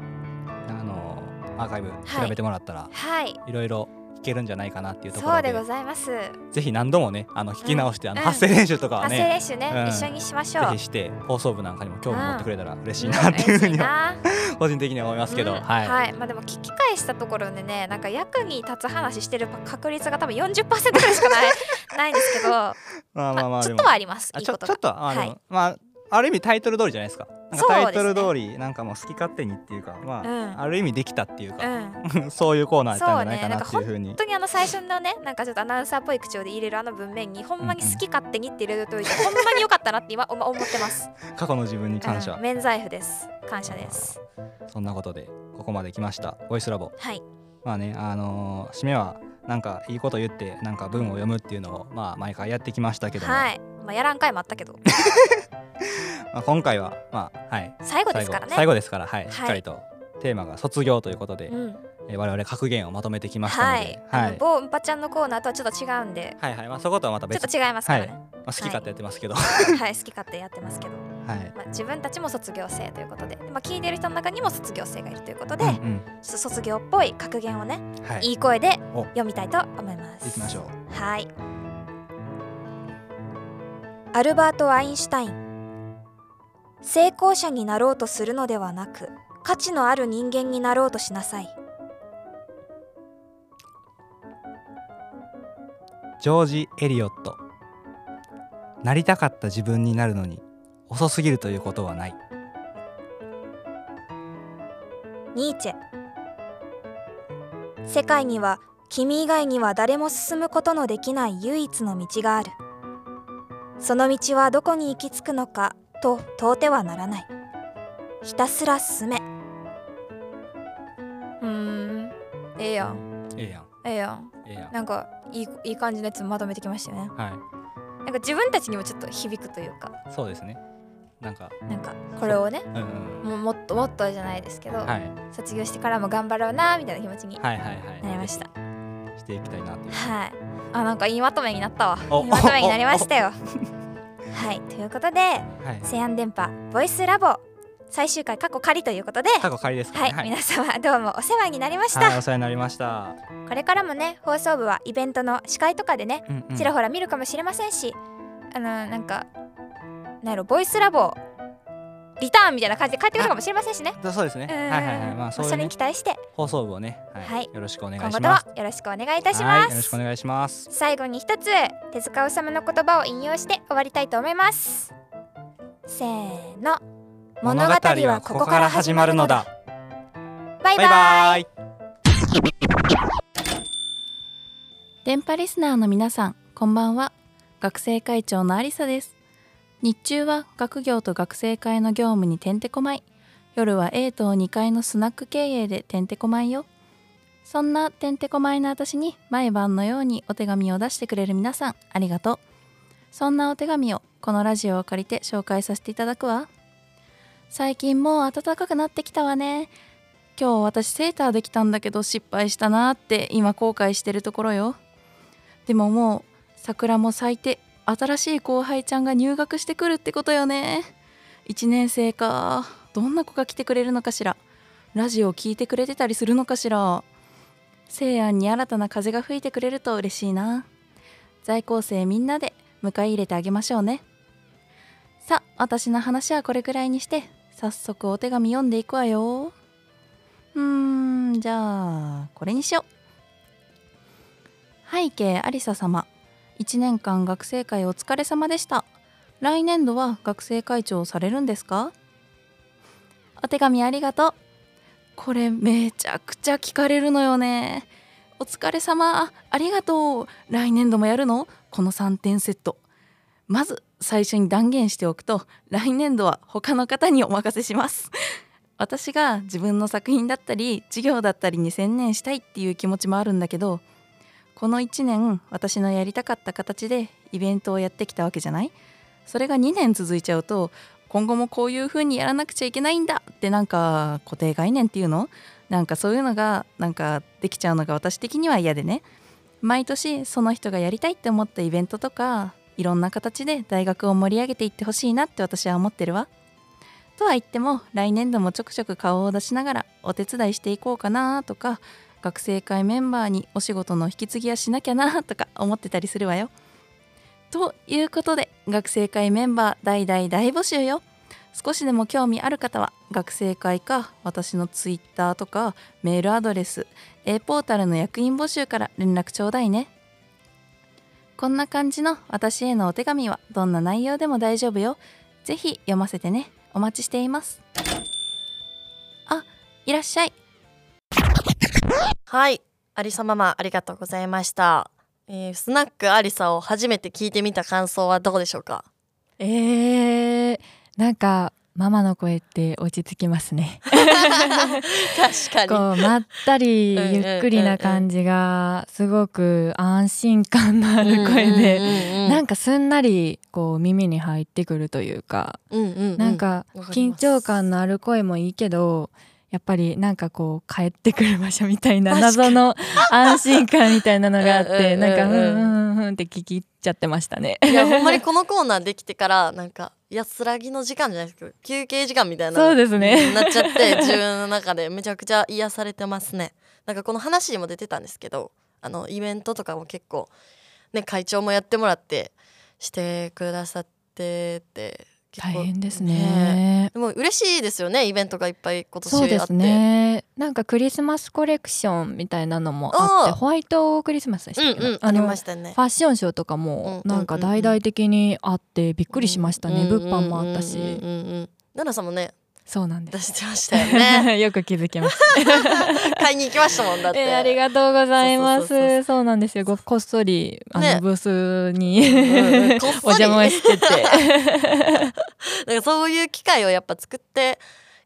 アーカイブ調べてもらったら、いろいろ聞けるんじゃないかなっていうところで、 そうでございます。 ぜひ何度もね聞き直して、発声練習とかはね、 発声練習ね、一緒にしましょう。 ぜひして放送部なんかにも興味持ってくれたら嬉しいなっていうふうには、個人的には思いますけど、 はい、まあでも聞き返したところでねなんか役に立つ話してる確率が多分 40% ぐらいしかないんですけどちょっとはあります。いいことがちょっとまあある意味タイトル通りじゃないですか。なんかタイトル通りなんかもう好き勝手にっていうかある意味できたっていうか、そういうコーナーだったんじゃないかなっていうふうに。 本当に最初のねなんかちょっとアナウンサーっぽい口調で入れる文面にほんまに好き勝手にって入れるといてほんまに良かったなって今思ってます。 過去の自分に感謝。 免罪符です。感謝です。 そんなことでここまで来ましたボイスラボ。 はい。 まあね締めはなんかいいこと言ってなんか文を読むっていうのを毎回やってきましたけども、 はい。やらん回もあったけど今回は最後ですからね。 最後ですから、しっかりとテーマが卒業ということで、我々格言をまとめてきましたので、 某うんぱちゃんのコーナーとはちょっと違うんで、 そことはまた別、 ちょっと違いますからね。 好き勝手やってますけど、 好き勝手やってますけど、自分たちも卒業生ということで、聞いてる人の中にも卒業生がいるということで、卒業っぽい格言をね、いい声で読みたいと思います。 いきましょう。 はい。アルバート・アインシュタイン。成功者になろうとするのではなく、価値のある人間になろうとしなさい。 ジョージ・エリオット。なりたかった自分になるのに遅すぎるということはない。 ニーチェ。世界には君以外には誰も進むことのできない唯一の道がある。その道はどこに行き着くのかと問うてはならない。ひたすら進め。ええやん。 ええやん。なんかいい感じのやつまとめてきましたよね。はい。なんか自分たちにもちょっと響くというか。 そうですね。なんかこれをね、もっともっとじゃないですけど、卒業してからも頑張ろうなみたいな気持ちになりました。 していきたいなという。 はい。なんかいいまとめになったわ。いいまとめになりましたよ。はい。ということで、西安電波ボイスラボ最終回過去仮ということで、 過去仮ですかね。 はい。皆様どうもお世話になりました。 お世話になりました。 これからもね、放送部はイベントの司会とかでね、ちらほら見るかもしれませんし、なんかボイスラボリターンみたいな感じで帰ってくるかもしれませんしね。 そうですね。はいはいはい。まあそれに期待して放送部をね、よろしくお願いします。 今後ともよろしくお願いいたします。 よろしくお願いします。 最後に一つ手塚治虫の言葉を引用して終わりたいと思います。せーの。物語はここから始まるのだ。バイバイ。 電波リスナーの皆さん、こんばんは。学生会長のありさです。日中は学業と学生会の業務にてんてこまい、夜は A 棟2階のスナック経営でてんてこまいよ。そんなてんてこまいな私に毎晩のようにお手紙を出してくれる皆さん、ありがとう。そんなお手紙をこのラジオを借りて紹介させていただくわ。最近もう暖かくなってきたわね。今日私セーターできたんだけど失敗したなって今後悔してるところよ。でももう桜も咲いて新しい後輩ちゃんが入学してくるってことよね。1年生か。どんな子が来てくれるのかしら。ラジオを聞いてくれてたりするのかしら。西安に新たな風が吹いてくれると嬉しいな。在校生みんなで迎え入れてあげましょうね。さあ、私の話はこれくらいにして早速お手紙読んでいくわよ。じゃあこれにしよう。背景ありさ様、1年間学生会お疲れ様でした。来年度は学生会長をされるんですか？お手紙ありがとう。これめちゃくちゃ聞かれるのよね。お疲れ様、ありがとう。来年度もやるの？この3点セット。まず最初に断言しておくと、来年度は他の方にお任せします。私が自分の作品だったり授業だったりに専念したいっていう気持ちもあるんだけど、この1年私のやりたかった形でイベントをやってきたわけじゃない？それが2年続いちゃうと、今後もこういう風にやらなくちゃいけないんだってなんか固定概念っていうの？なんかそういうのがなんかできちゃうのが私的には嫌でね。毎年その人がやりたいって思ったイベントとかいろんな形で大学を盛り上げていってほしいなって私は思ってるわ。とは言っても来年度もちょくちょく顔を出しながらお手伝いしていこうかなとか、学生会メンバーにお仕事の引き継ぎはしなきゃなとか思ってたりするわよ。ということで学生会メンバー大募集よ。少しでも興味ある方は学生会か私のツイッターとかメールアドレス A ポータルの役員募集から連絡ちょうだいね。こんな感じの私へのお手紙はどんな内容でも大丈夫よ。ぜひ読ませてね。お待ちしています。あ、いらっしゃい。 はい、ありさママありがとうございました。スナックありさを初めて聞いてみた感想はどうでしょうか？ なんかママの声って落ち着きますね。 確かにこうまったりゆっくりな感じがすごく安心感のある声で、なんかすんなりこう耳に入ってくるというか、なんか緊張感のある声もいいけど、やっぱりなんかこう帰ってくる場所みたいな謎の安心感みたいなのがあってなんかふんって聞き入っちゃってましたね。 いやほんまにこのコーナーできてからなんか安らぎの時間じゃないですけど休憩時間みたいなそうですねなっちゃって自分の中でめちゃくちゃ癒されてますね。なんかこの話にも出てたんですけど、イベントとかも結構ね会長もやってもらってしてくださってて大変ですね。 でも嬉しいですよね、イベントがいっぱい今年あって。 そうですね。なんかクリスマスコレクションみたいなのもあって、ホワイトクリスマスでしたっけ、 ありましたね。 ファッションショーとかもなんか大々的にあってびっくりしましたね。物販もあったし。 奈々さんもねそうなんです。 出してましたよね。 よく気づきます。 買いに行きましたもんだって。 ありがとうございます。そうなんですよ。こっそりブースにお邪魔してて。 なんかそういう機会をやっぱ作って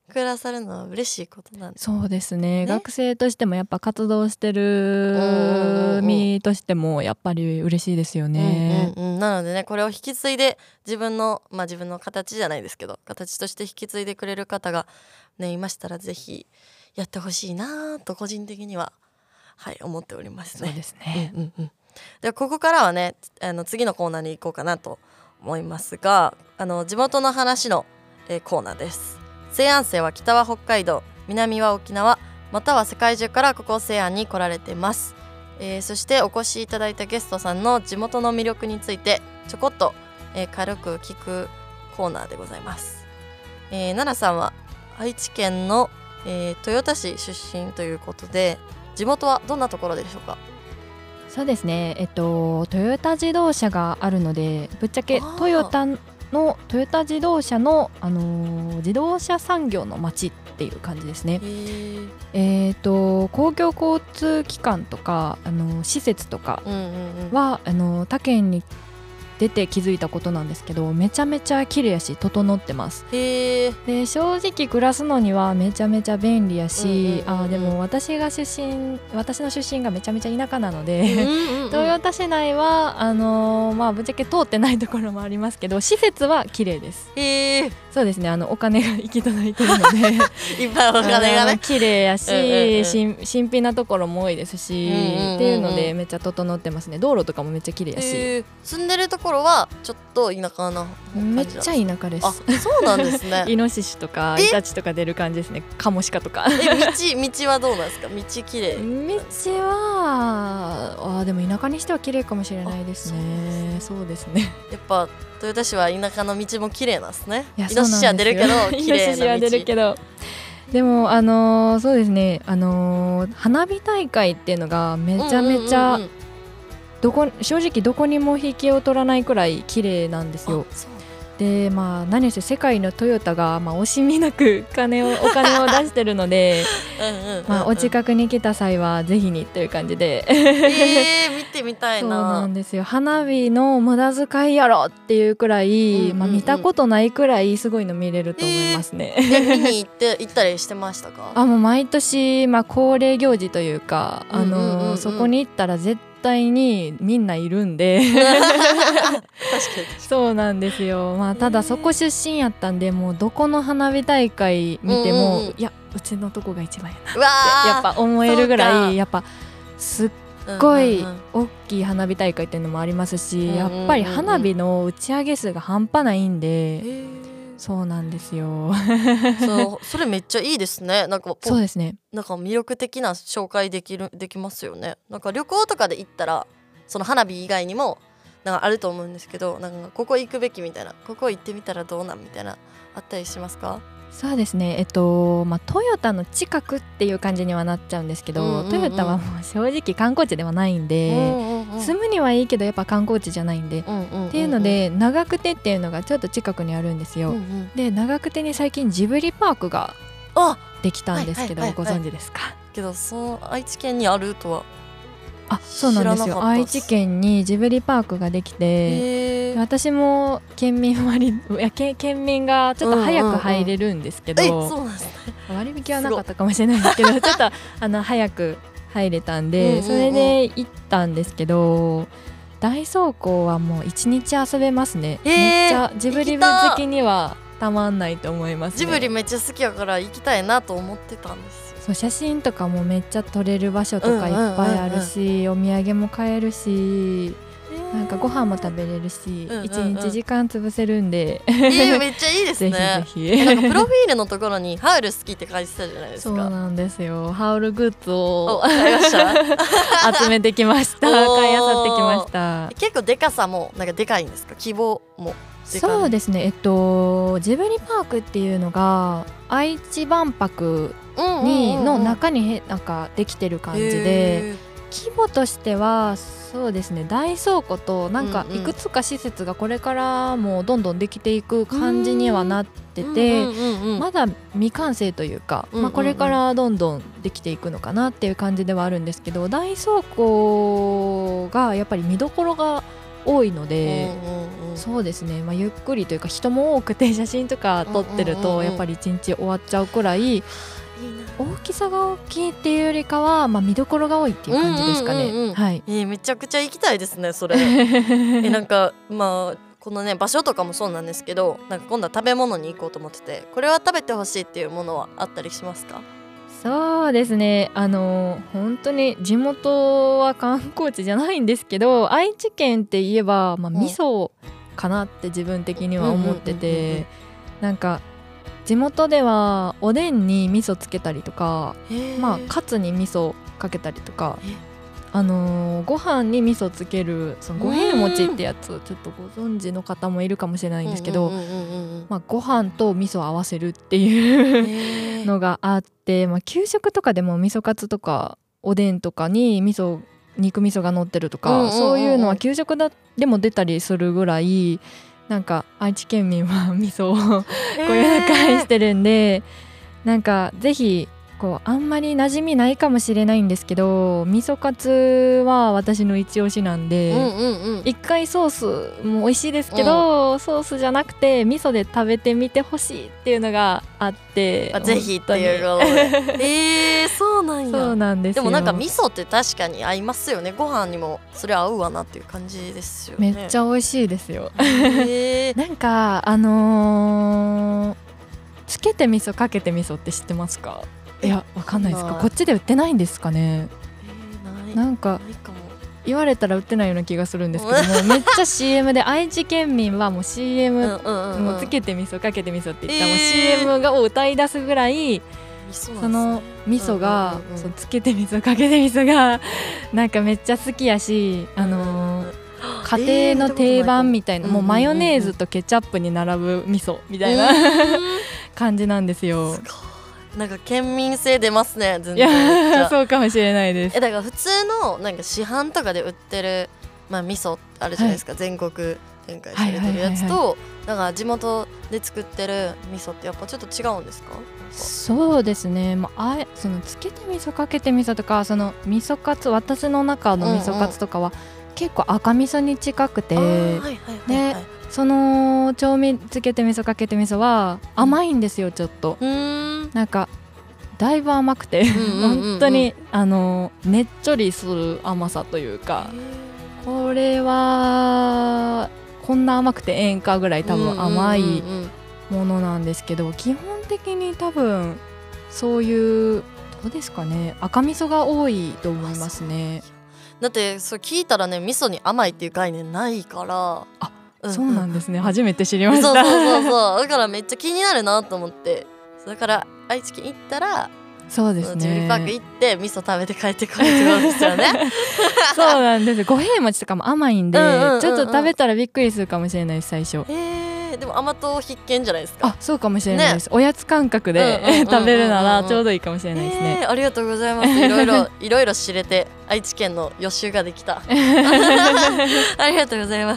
暮らされるのは嬉しいことなんです。 そうですね。学生としてもやっぱ活動してる身としてもやっぱり嬉しいですよね。 なのでね、これを引き継いで自分の形じゃないですけど、形として引き継いでくれる方がねいましたら、ぜひやってほしいなと個人的には思っておりますね。 そうですね。 ではここからはね次のコーナーに行こうかなと思いますが、地元の話の、コーナーです。西安生は北は北海道、南は沖縄、または世界中からここ西安に来られてます。そしてお越しいただいたゲストさんの地元の魅力についてちょこっと、軽く聞くコーナーでございます。奈々さんは愛知県の、豊田市出身ということで、地元はどんなところでしょうか？ そうですね、トヨタ自動車があるので、ぶっちゃけトヨタ自動車の、自動車産業の街っていう感じですね。公共交通機関とか施設とかは、他県に出て気づいたことなんですけど、めちゃめちゃ綺麗やし整ってます。で正直暮らすのにはめちゃめちゃ便利やし、でも私の出身がめちゃめちゃ田舎なので豊田市内はぶっちゃけ通ってないところもありますけど、施設は綺麗です。そうですね、お金が行き届いてるのでいっぱいお金がね綺麗やし、新品なところも多いですし、っていうのでめっちゃ整ってますね。道路とかもめっちゃ綺麗やし、 住んでるところはちょっと田舎なめっちゃ田舎です。 あ、そうなんですねイノシシとかイタチとか出る感じですね。カモシカとか道はどうなんですか？道綺麗？ 道はでも田舎にしては綺麗かもしれないですね。そうですね。 やっぱ豊田市は田舎の道も綺麗なんですね。 イノシシは出るけど綺麗な道。 イノシシは出るけど、でもそうですね、花火大会っていうのがめちゃめちゃ正直どこにも引けを取らないくらい綺麗なんですよ。で何せ世界のトヨタが惜しみなくお金を出してるのでお近くに来た際はぜひにという感じで見てみたいな。 そうなんですよ。花火の無駄遣いやろっていうくらい、見たことないくらいすごいの見れると思いますね。 見に行ったりしてましたか？ もう毎年、恒例行事というか、そこに行ったら絶対にみんないるんで確かにそうなんですよ。ただそこ出身やったんで、もうどこの花火大会見ても、いやうちのとこが一番やなってやっぱ思えるぐらい、やっぱすっごい大きい花火大会っていうのもありますし、やっぱり花火の打ち上げ数が半端ないんで、そうなんですよそれめっちゃいいですね。 そうですね、 魅力的な紹介できますよね。旅行とかで行ったらその花火以外にもあると思うんですけど、ここ行くべきみたいな、ここ行ってみたらどうなんみたいなあったりしますか？ そうですね、トヨタの近くっていう感じにはなっちゃうんですけど、トヨタはもう正直観光地ではないんで、住むにはいいけどやっぱ観光地じゃないんで、っていうので長久手っていうのがちょっと近くにあるんですよ。で長久手に最近ジブリパークができたんですけど、ご存知ですか？ けど愛知県にあるとはそうなんですよ。愛知県にジブリパークができて、私も県民がちょっと早く入れるんですけど、 そうなんですね。 割引はなかったかもしれないんですけどちょっと早く入れたんで、それで行ったんですけど、大倉庫はもう1日遊べますね。めっちゃジブリ部好きにはたまんないと思いますね。 ジブリめっちゃ好きやから行きたいなと思ってたんですよ。 写真とかもめっちゃ撮れる場所とかいっぱいあるし、お土産も買えるし、ご飯も食べれるし、1日時間潰せるんでめっちゃいいですね。 ぜひぜひプロフィールのところにハウル好きって書いてたじゃないですか。 そうなんですよ。ハウルグッズを買いました集めてきました買い漁ってきました。 結構でかさもでかいんですか？規模もそうですね、ジブリパークっていうのが愛知万博の中にできてる感じで、規模としてはそうですね、大倉庫といくつか施設がこれからもどんどんできていく感じにはなってて、まだ未完成というか、これからどんどんできていくのかなっていう感じではあるんですけど、大倉庫がやっぱり見どころが多いので、 そうですね、ゆっくりというか人も多くて写真とか撮ってるとやっぱり一日終わっちゃうくらい大きさが大きいっていうよりかは、見どころが多いっていう感じですかね。はい、 めちゃくちゃ行きたいですねそれなんかこのね場所とかもそうなんですけど、なんか今度は食べ物に行こうと思ってて、これは食べてほしいっていうものはあったりしますか？ そうですね、本当に地元は観光地じゃないんですけど、愛知県って言えば、味噌かなって自分的には思ってて、なんか地元ではおでんに味噌つけたりとか、カツに味噌かけたりとか、ご飯に味噌つけるその五平餅ってやつ、ちょっとご存知の方もいるかもしれないんですけど、ご飯と味噌を合わせるっていうのがあって、給食とかでも味噌カツとかおでんとかに肉味噌が乗ってるとか、そういうのは給食でも出たりするぐらい、なんか愛知県民は味噌をこよなく愛してるんで、なんかぜひあんまり馴染みないかもしれないんですけど、味噌カツは私の一押しなんで、一回ソースも美味しいですけど、ソースじゃなくて味噌で食べてみてほしいっていうのがあって、 ぜひっていうことでそうなんや。 そうなんですよ。 でもなんか味噌って確かに合いますよね。ご飯にもそれ合うわなっていう感じですよね。 めっちゃ美味しいですよなんかつけて味噌かけて味噌って知ってますか？いや、わかんないですか。こっちで売ってないんですかね。なんか言われたら売ってないような気がするんですけどもめっちゃ CM で愛知県民はもう CM もうつけて味噌かけて味噌って言ったらもう CM を歌い出すぐらい、その味噌がそのつけて味噌かけて味噌がなんかめっちゃ好きやし、家庭の定番みたいな、もうマヨネーズとケチャップに並ぶ味噌みたいな感じなんですよ。 なんか県民性出ますね。全然。 いやそうかもしれないです。 だから普通のなんか市販とかで売ってる味噌あるじゃないですか、全国展開されてるやつと、だから地元で作ってる味噌ってやっぱちょっと違うんですか？ そうですね、そのつけて味噌かけて味噌とか、その味噌カツ、私の中の味噌カツとかは結構赤味噌に近くて、でそのつけて味噌かけて味噌は甘いんですよ、ちょっと。なんかだいぶ甘くて本当にねっちょりする甘さというか、これはこんな甘くてええんかぐらい多分甘いものなんですけど、基本的に多分そういうどうですかね、赤味噌が多いと思いますね。 だってそれ聞いたらね、味噌に甘いっていう概念ないから。 そうなんですね、初めて知りました。 そうだからめっちゃ気になるなと思って、だから愛知県行ったらそうですね、 ジブリパーク行って味噌食べて帰ってこいってことですよねそうなんです。五平餅とかも甘いんで、ちょっと食べたらびっくりするかもしれないです、最初。 でも甘党必見じゃないですか。 そうかもしれないです、おやつ感覚で食べるならちょうどいいかもしれないですね。 ありがとうございます。いろいろ知れて愛知県の予習ができたありがとうございます。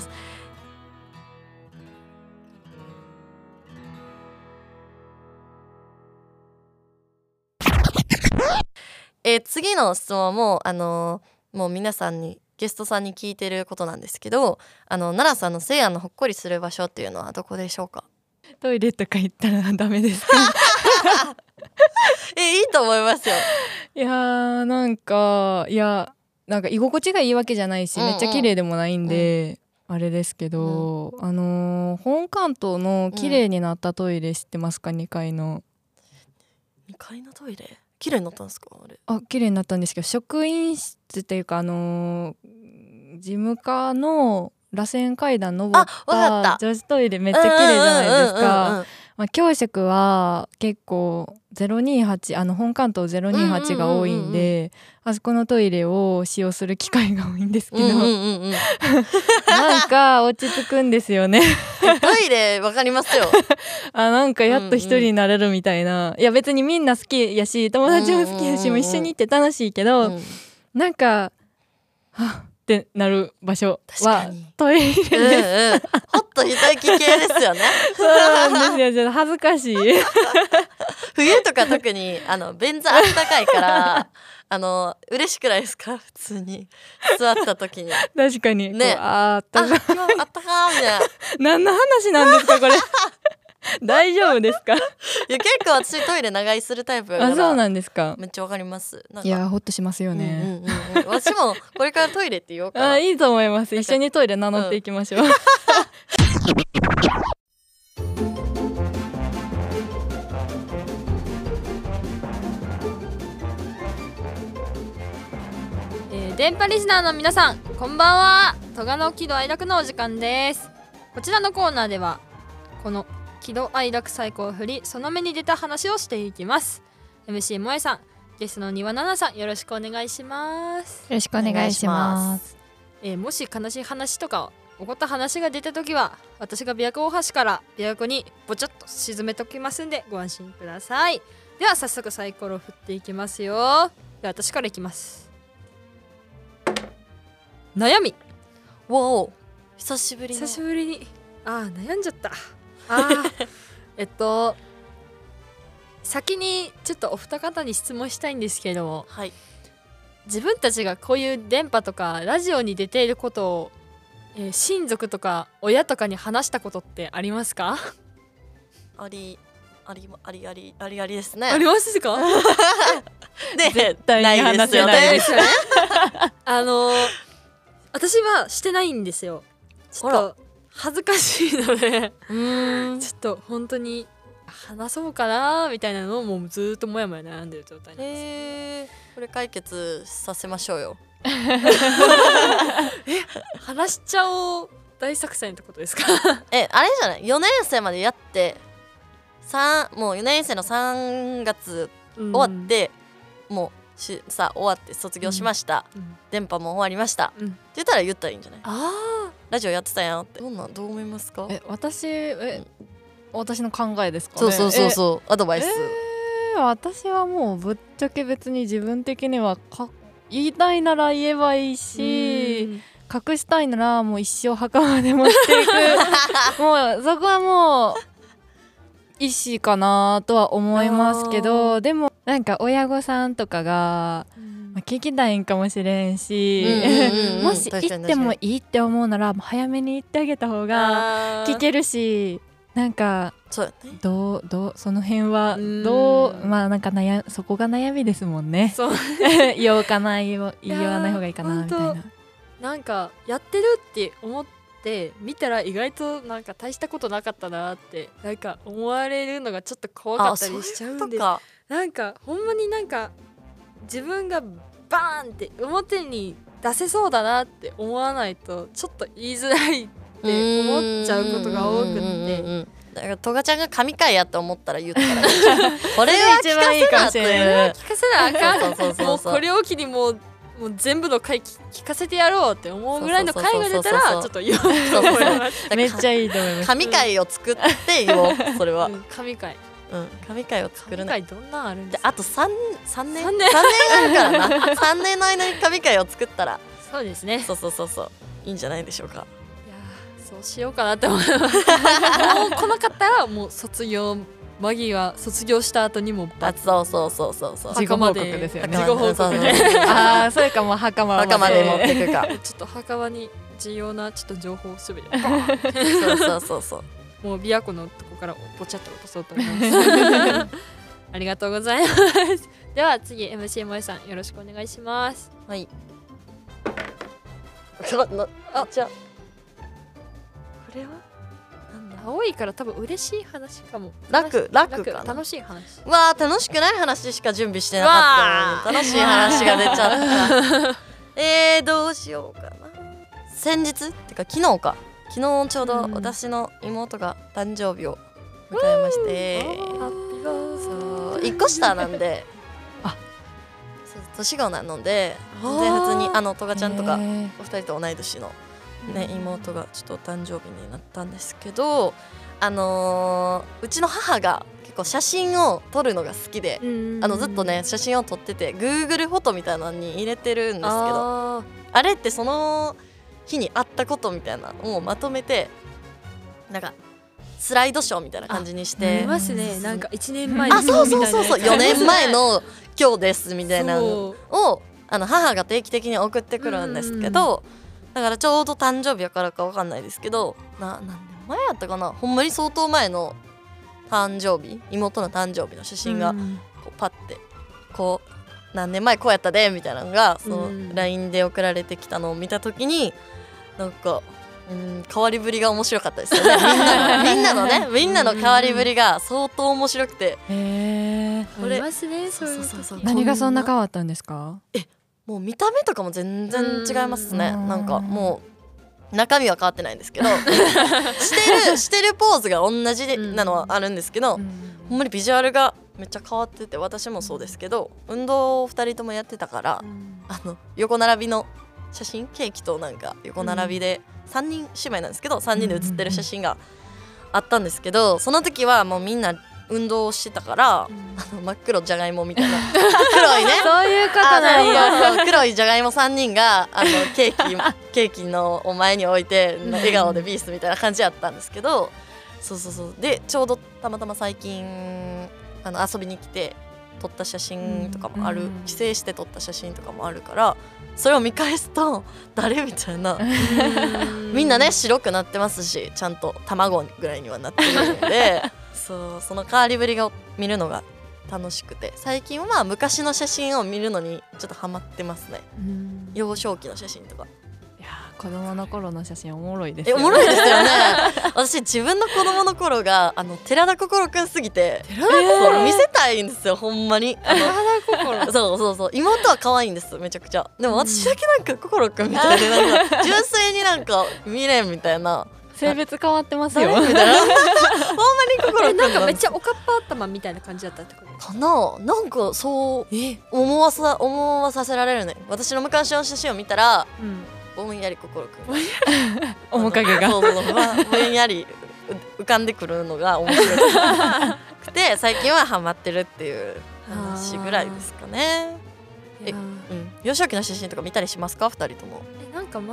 次の質問ももう皆さんにゲストさんに聞いてることなんですけど、奈良さんの西安のほっこりする場所っていうのはどこでしょうか？ トイレとか行ったらダメですか？ いいと思いますよ。 いやなんか居心地がいいわけじゃないし、めっちゃ綺麗でもないんで、あれですけど、本関東の綺麗になったトイレ知ってますか？2階のトイレ綺麗になったんですか？ 綺麗になったんですけど、職員室っていうか事務課の螺旋階段登った女子トイレめっちゃ綺麗じゃないですか。教職は結構028本関東028が多いんで、あそこのトイレを使用する機会が多いんですけど、なんか落ち着くんですよねトイレわかりますよなんかやっと一人になれるみたいな、いや別にみんな好きやし友達も好きやし、もう一緒に行って楽しいけど、なんかはっっってなる場所確かはにトイレです。 ほっと一息系ですよね。 そうなんですよ。ちょっと恥ずかしい。 冬とか特に便座あったかいから嬉しくないですか、普通に座った時に確かにね、 あったか今日あったかみたいな。い何の話なんですかこれ。大丈夫ですか。 や結構私トイレ長居するタイプだからあ、そうなんですか。 めっちゃわかります。なんかいやほっとしますよね。 私もこれからトイレって言おうかな。 あ、いいと思います。一緒にトイレ名乗っていきましょう。 電波リスナーの皆さんこんばんは。戸賀の喜怒哀楽のお時間です。こちらのコーナーではこの喜怒哀楽サイコを振りその目に出た話をしていきます。 MC 萌さん、ゲストの庭奈々さん、よろしくお願いします。 よろしくお願いします。 もし悲しい話とか起こった話が出た時は私が琵琶湖大橋から琵琶湖にぼちょっと沈めときますんでご安心ください。では早速サイコロを振っていきますよ。では私からいきます。悩み。 わお、久しぶりの。 久しぶりに悩んじゃった先にちょっとお二方に質問したいんですけれども、 はい、 自分たちがこういう電波とかラジオに出ていることを、親族とか親とかに話したことってありますか？ ありですね。 ありますか？ で絶対に話せないですよね。私はしてないんですよ。ちょっと恥ずかしいのでちょっと本当に話そうかなみたいなのをもうずっともやもや悩んでる状態なんです。 これ解決させましょうよ。 話しちゃおう大作戦ってことですか？ あれじゃない、4年生までやってもう4年生の3月終わって、もう終わって卒業しました、電波も終わりました、って言ったら言ったらいいんじゃない？ラジオやってたやんって。どう思いますか？ 私の考えですかね。 そうアドバイス。 私はもうぶっちゃけ別に自分的には言いたいなら言えばいいし、隠したいならもう一生墓まで持っていくもうそこはもう意思かなとは思いますけど、でもなんか親御さんとかが、聞きたいんかもしれんし、もし言ってもいいって思うならもう早めに言ってあげた方が聞けるし、なんかその辺はまあなんかそこが悩みですもんね。言おうかな言わない方がいいかなみたいな。 なんかやってるって思って見たら意外となんか大したことなかったなってなんか思われるのがちょっと怖かったりしちゃうんで、なんかほんまになんか自分がバーンって表に出せそうだなって思わないとちょっと言いづらいって思っちゃうことが多くって、 だからトガちゃんが神回やって思ったら言ったらいいこれは一番いいかもしれない。 聞かせなあかん。もうこれを機にもう全部の回聞かせてやろうって思うぐらいの回が出たらちょっと言おうと思います。 めっちゃいいと思います。 神回を作って言おう。それは神回。 神回を作るね。 神回どんなんあるんですか？ あと3年あるからな。3年の間に神回を作ったらそうですね。 そういいんじゃないでしょうか。 いやそうしようかなって思います。もう来なかったらもう卒業間際卒業した後にもそう事後報告ですよね。 事後報告ね。 それかもう墓場まで持ってくか。 ちょっと墓場に重要なちょっと情報をすべてそうもう琵琶湖のとこからぼちゃっと落とそうと思います。ありがとうございます。では次 MC 萌さんよろしくお願いします。 はい。じゃあこれは青いから多分嬉しい話かも。 楽かな。 楽しい話。 わあ楽しくない話しか準備してなかったのに楽しい話が出ちゃった。どうしようかな。先日ってか昨日ちょうど私の妹が誕生日を迎えまして、そう1個下なんで年子なので全然普通にトガちゃんとかお二人と同い年のね、妹がちょっとお誕生日になったんですけど、うちの母が結構写真を撮るのが好きで、ずっとね写真を撮ってて Google フォトみたいなのに入れてるんですけど、あれってその日にあったことみたいなのをまとめてなんかスライドショーみたいな感じにしてありますね。なんか1年前のあ、そうそうそうそう、4年前の今日ですみたいなのを母が定期的に送ってくるんですけど、だからちょうど誕生日やからか分かんないですけど、何年前やったかな、ほんまに相当前の誕生日、妹の誕生日の写真がこうパッてこう何年前こうやったでみたいなのがその LINE で送られてきたのを見た時になんか変わりぶりが面白かったですよね。みんなの変わりぶりが相当面白くて、 ありますね。 何がそんな変わったんですか？ もう見た目とかも全然違いますね。なんかもう中身は変わってないんですけどしてるポーズが同じなのはあるんですけど、ほんまにビジュアルがめっちゃ変わってて、私もそうですけど運動を2人ともやってたから、横並びの写真、ケーキとなんか横並びで3人姉妹なんですけど3人で写ってる写真があったんですけど、その時はもうみんな運動をしてたから、真っ黒じゃがいもみたいな黒いねそういうことなんや。 黒いじゃがいも3人がケーキのお前に置いて笑顔でビースみたいな感じやったんですけど、そうでちょうどたまたま最近遊びに来て撮った写真とかもある、帰省して撮った写真とかもあるから、それを見返すと誰みたいなみんなね白くなってますし、ちゃんと卵ぐらいにはなってるのでその変わりぶりが見るのが楽しくて、最近は昔の写真を見るのにちょっとハマってますね。幼少期の写真とか。 いや子供の頃の写真おもろいですよね。 おもろいですよね私自分の子供の頃が寺田心くんすぎて見せたいんですよ、ほんまに。寺田心そう妹は可愛いんです、めちゃくちゃ。でも私だけなんか心くんみたいでなんか純粋になんか見れんみたいな。 性別変わってますよみたいなほんまに心くんなんかめっちゃおかっぱ頭みたいな感じだったってことかな。なんかそう思わさせられるね。私の昔の写真を見たら、ぼんやり心くん面影がぼんやり浮かんでくるのが面白くて最近はハマってるっていう話ぐらいですかね。幼少期の写真とか見たりしますか、2人とも？ なんか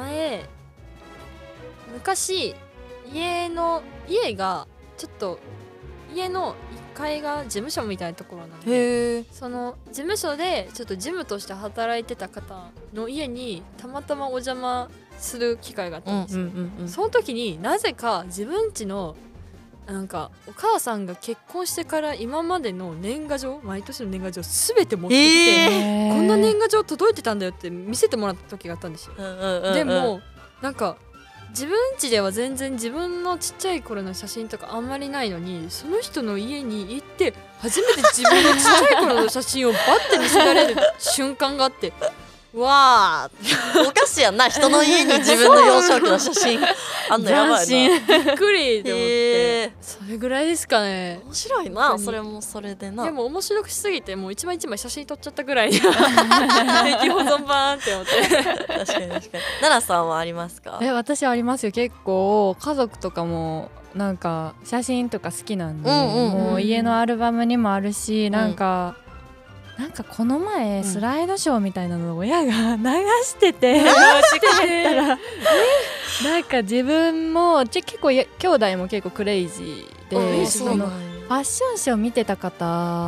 昔家がちょっと家の1階が事務所みたいなところなんで、その事務所でちょっと事務として働いてた方の家にたまたまお邪魔する機会があったんですよ。その時になぜか自分家のなんかお母さんが結婚してから今までの年賀状、毎年の年賀状すべて持ってきて、こんな年賀状届いてたんだよって見せてもらった時があったんですよ。でもなんか自分家では全然自分のちっちゃい頃の写真とかあんまりないのに、その人の家に行って初めて自分のちっちゃい頃の写真をバッて見せられる瞬間があって、わーおかしいやんな、人の家に自分の幼少期の写真あんのやばいな。 びっくりって思って、それぐらいですかね。 面白いな、それもそれでな。 でも面白くしすぎてもう一枚一枚写真撮っちゃったぐらい定期保存版って思って確かに奈々さんはありますか？ 私はありますよ。結構家族とかもなんか写真とか好きなんで、もう家のアルバムにもあるし、なんかこの前スライドショーみたいなのを親が流してて、なんか自分も結構兄弟も結構クレイジーで、そのファッションショー見てた方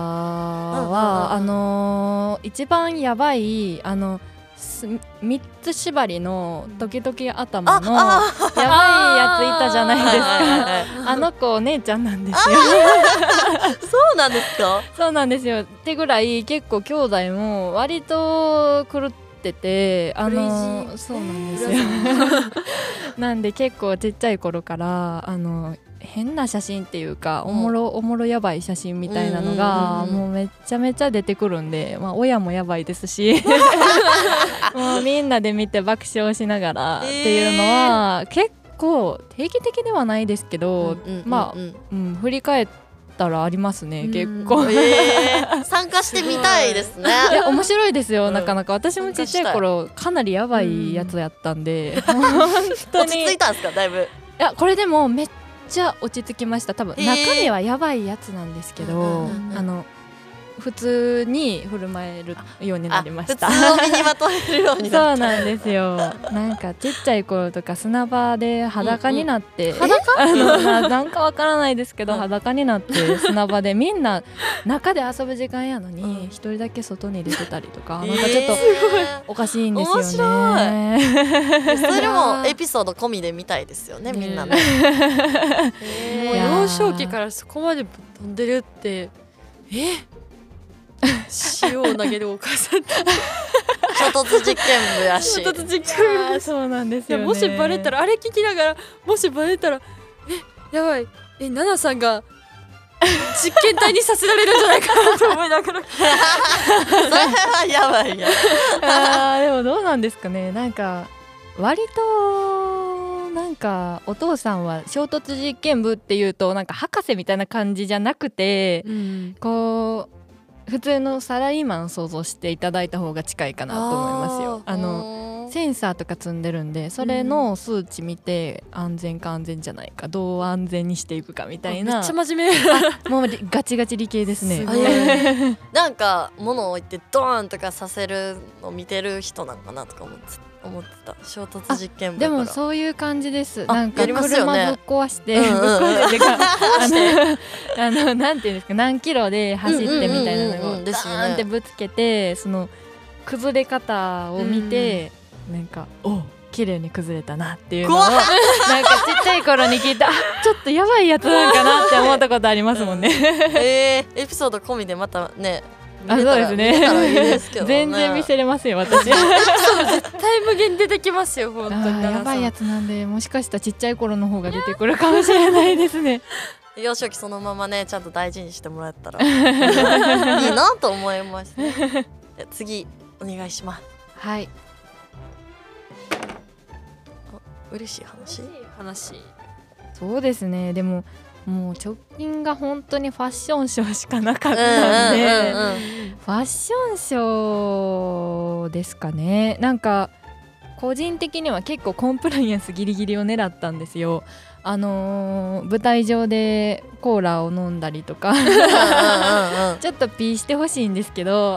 は一番やばい3つ縛りのドキドキ頭のやばいやついたじゃないですか。あの子お姉ちゃんなんですよそうなんですか？ そうなんですよ。ってぐらい結構兄弟も割と狂ってて、そうなんですよなんで結構ちっちゃい頃から変な写真っていうか、おもろやばい写真みたいなのがもうめちゃめちゃ出てくるんで、親もやばいですしもうみんなで見て爆笑しながらっていうのは結構定期的ではないですけど、振り返ったらありますね、結構参加してみたいですね。 面白いですよ、なかなか。私もちっちゃい頃かなりやばいやつやったんで、本当に落ち着いたんですか、だいぶ？ いや、これでもめっちちゃ落ち着きました。多分中身はやばいやつなんですけど、普通に振る舞えるようになりました。 普通を身にまとえるようになった。 そうなんですよ。なんかちっちゃい頃とか砂場で裸になって、なんかわからないですけど、裸になって砂場でみんな中で遊ぶ時間やのに一人だけ外に出てたりとか、なんかちょっとおかしいんですよね。 それもエピソード込みで見たいですよね、みんなね。 もう幼少期からそこまでぶっ飛んでるって、塩を投げるお母さんって衝突実験部やし。 衝突実験部。 そうなんですよね。 もしバレたら、あれ聞きながらもしバレたらやばい、ナナさんが実験体にさせられるんじゃないかなと思いながらそれはやばいや。 でもどうなんですかね。なんか割となんかお父さんは衝突実験部っていうとなんか博士みたいな感じじゃなくて、こう普通のサラリーマンを想像していただいた方が近いかなと思いますよ。センサーとか積んでるんで、それの数値見て安全か安全じゃないか、どう安全にしていくかみたいな。 めっちゃ真面目。 もうガチガチ理系ですね。 なんか物を置いてドーンとかさせるのを見てる人なのかなとか思ってた。衝突実験部だから。 でもそういう感じです。なんか車ぶっ壊してなんていうんですか、何キロで走ってみたいなのをダーンってぶつけて、その崩れ方を見て、なんか綺麗に崩れたなっていうのをなんかちっちゃい頃に聞いて、ちょっとやばいやつなんかなって思ったことありますもんね。 エピソード込みでまたね。 そうですね。全然見せれますよ私。絶対無限出てきますよ本当に。 やばいやつなんで、もしかしたらちっちゃい頃の方が出てくるかもしれないですね。 幼少期そのままねちゃんと大事にしてもらったらいいなと思いますね。次お願いします。 はい。 嬉しい話。 そうですね。でももう直近が本当にファッションショーしかなかったんで、ファッションショーですかね。なんか個人的には結構コンプライアンスギリギリを狙ったんですよ。舞台上でコーラを飲んだりとかちょっとピーしてほしいんですけど、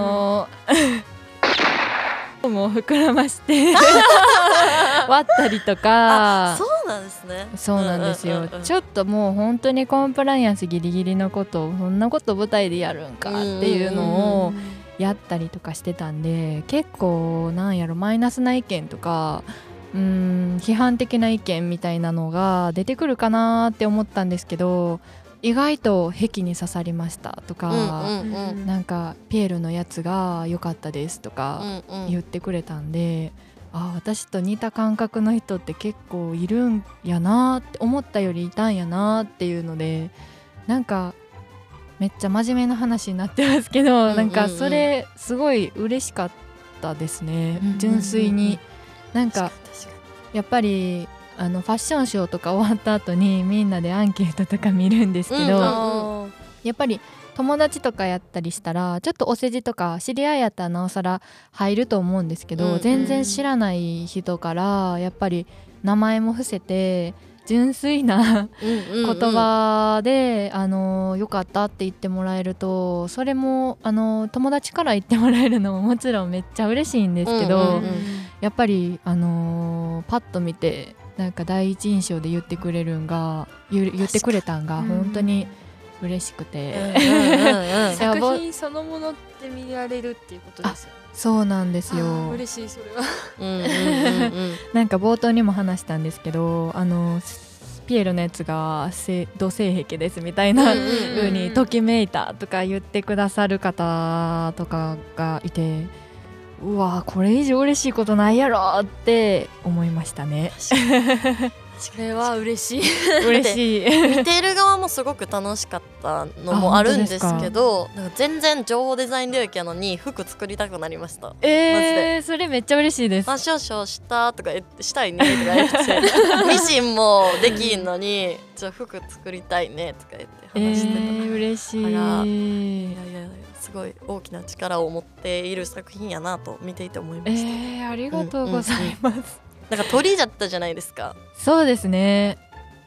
もう膨らまして割ったりとか。 そうなんですね。 そうなんですよ。ちょっともう本当にコンプライアンスギリギリのことを、そんなこと舞台でやるんかっていうのをやったりとかしてたんで、結構なんやろ、マイナスな意見とか批判的な意見みたいなのが出てくるかなって思ったんですけど、意外と壁に刺さりましたとか、なんかピエールのやつが良かったですとか言ってくれたんで、私と似た感覚の人って結構いるんやなって思ったよりいたんやなっていうので、なんかめっちゃ真面目な話になってますけど、なんかそれすごい嬉しかったですね、純粋に。なんかやっぱりファッションショーとか終わった後にみんなでアンケートとか見るんですけど、やっぱり友達とかやったりしたらちょっとお世辞とか知り合いやったらなおさら入ると思うんですけど、全然知らない人からやっぱり名前も伏せて純粋な言葉でよかったって言ってもらえると、それも友達から言ってもらえるのももちろんめっちゃ嬉しいんですけど、やっぱりパッと見てなんか第一印象で言ってくれたんが本当に嬉しくて、 作品そのものって見られるっていうことですよね。 そうなんですよ。 嬉しいそれは。 なんか冒頭にも話したんですけど、ピエロのやつが土性癖ですみたいな風にときめいたとか言ってくださる方とかがいて、うわこれ以上嬉しいことないやろって思いましたね。 それは嬉しい。 嬉しい。見てる側もすごく楽しかったのもあるんですけど、なんか全然情報デザイン領域やのに服作りたくなりました。マジでそれめっちゃ嬉しいです。 ファッションショーしたとかしたいねとか言ってミシンもできんのにじゃあ服作りたいねとか言って話してた。 嬉しい。 いやすごい大きな力を持っている作品やなと見ていて思いました。 ありがとうございます。 なんか鳥だったじゃないですか。 そうですね。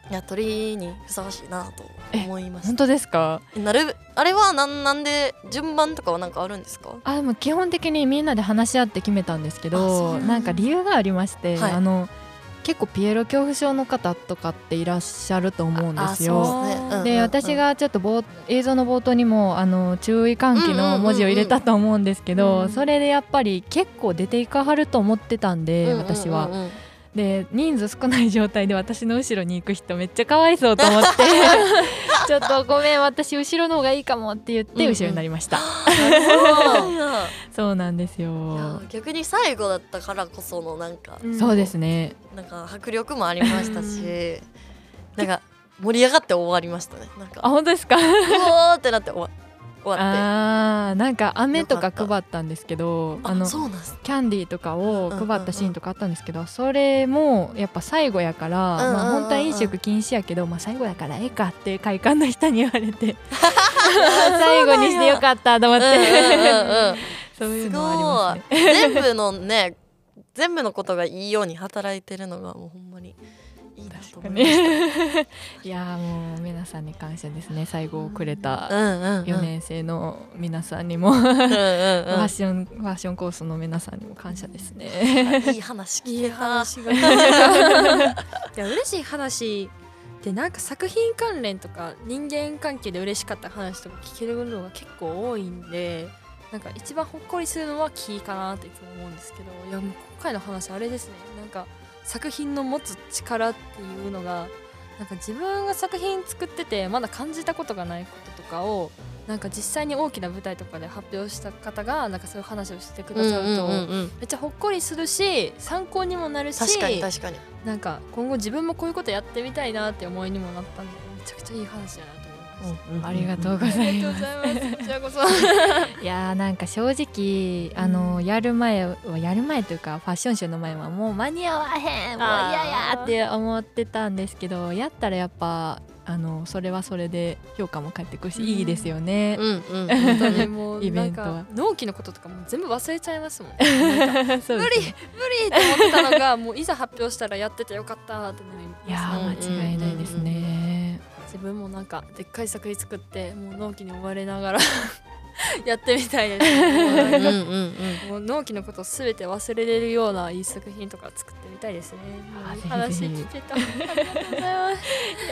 いや鳥にふさわしいなと思いました。 本当ですか？ あれはなんで順番とかはなんかあるんですか？ でも基本的にみんなで話し合って決めたんですけど、なんか理由がありまして、結構ピエロ恐怖症の方とかっていらっしゃると思うんですよ。で私がちょっと映像の冒頭にも注意喚起の文字を入れたと思うんですけど、それでやっぱり結構出ていかはると思ってたんで、私は。で人数少ない状態で私の後ろに行く人めっちゃかわいそうと思ってちょっとごめん私後ろの方がいいかもって言って後ろになりました。そうなんですよ。 逆に最後だったからこそのなんか、 そうですね、 なんか迫力もありましたしなんか盛り上がって終わりましたね。なんか本当ですか？うおーってなって終わって。 なんか飴とか配ったんですけど、 そうなんです。 キャンディーとかを配ったシーンとかあったんですけど、それもやっぱ最後やから、本当は飲食禁止やけど、最後やからええかって会館の人に言われて最後にしてよかったと思ってそういうのもありますね。 全部のことがいいように働いてるのがもうほんまにいいなと思いましたいやもう皆さんに感謝ですね。最後をくれた4年生の皆さんにもファッションコースの皆さんにも感謝ですね。 いい話聞いた。 いや嬉しい話で、なんか作品関連とか人間関係で嬉しかった話とか聞けるのが結構多いんで、なんか一番ほっこりするのはキーかなっていつも思うんですけど、いやもう今回の話あれですね。なんか作品の持つ力っていうのが、なんか自分が作品作っててまだ感じたことがないこととかをなんか実際に大きな舞台とかで発表した方がなんかそういう話をしてくださるとめっちゃほっこりするし参考にもなるし、 確かに確かになんか今後自分もこういうことやってみたいなって思いにもなったんで、めちゃくちゃいい話だなと思います。 ありがとうございます。 こちらこそいやなんか正直やる前というかファッションショーの前はもう間に合わへんもう嫌やって思ってたんですけど、やったらやっぱそれはそれで評価も返ってくるし、いいですよね。 本当にもうイベントは納期のこととかも全部忘れちゃいますもん。無理って思ってたのがもういざ発表したらやっててよかったってなります。 いや間違いないですね。 自分もなんかでっかい作品作ってもう納期に追われながらやってみたいです。もう納期のことをすべて忘れれるようないい作品とか作ってみたいですね。話聞けた。ありがとうございます。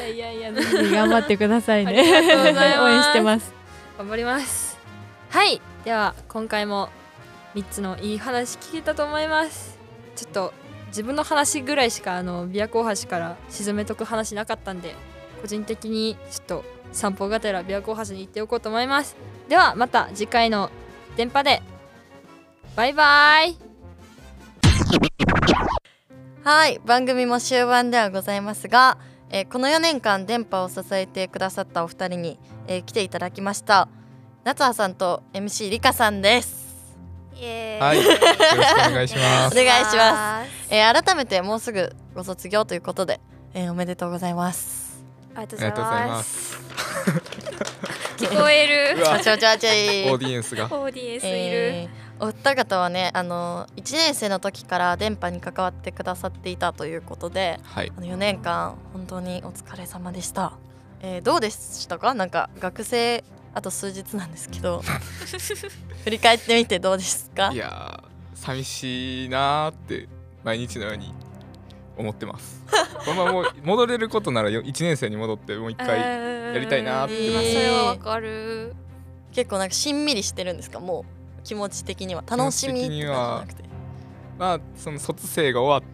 いやぜひ頑張ってくださいね。 ありがとうございます。 応援してます。 頑張ります。はい、では今回も3つのいい話聞けたと思います。ちょっと自分の話ぐらいしか琵琶湖大橋から沈めとく話なかったんで、個人的にちょっと散歩がてら琵琶湖大橋に行っておこうと思います。ではまた次回の電波でバイバイ。 はい、番組も終盤ではございますが、この4年間電波を支えてくださったお二人に、来ていただきました夏葉さんと MC リカさんです。 はい、よろしくお願いします。 お願いします。改めてもうすぐご卒業ということで、おめでとうございます。 ありがとうございます。 聞こえる。 オーちょちょちょディエンスが。 オーディエンスいる。 お二方はね、1年生の時から電波に関わってくださっていたということで、 はい、 4年間本当にお疲れ様でした。どうでしたか？なんか学生あと数日なんですけど振り返ってみてどうですか？ いや寂しいなーって毎日のように思ってます。このままもう戻れることなら1年生に戻ってもう一回やりたいなって、 それはわかる。 結構なんかしんみりしてるんですか？もう気持ち的には楽しみとかじゃなくて、 まあその卒生が終わって、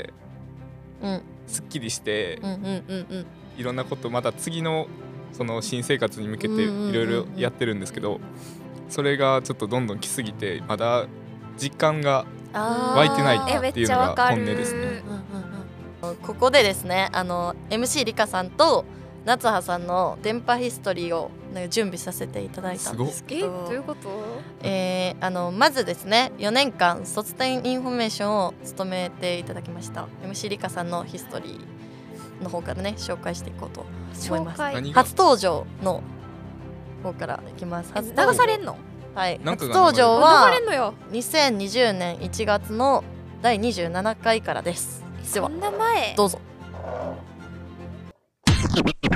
うん、 すっきりして、 うんうんうんうん、 いろんなことまた次のその新生活に向けていろいろやってるんですけど、それがちょっとどんどん来すぎてまだ実感が湧いてないっていうのが本音ですね。 ここでですね、MC リカさんと夏葉さんの電波ヒストリーを準備させていただいたんですけど、 どういうこと？ まずですね、4年間卒展インフォメーションを務めていただきました MC リカさんのヒストリーの方からね紹介していこうと思います。初登場の方からいきます。 流されんの？ はい、初登場は2020年1月の第27回からです。ではどうぞ。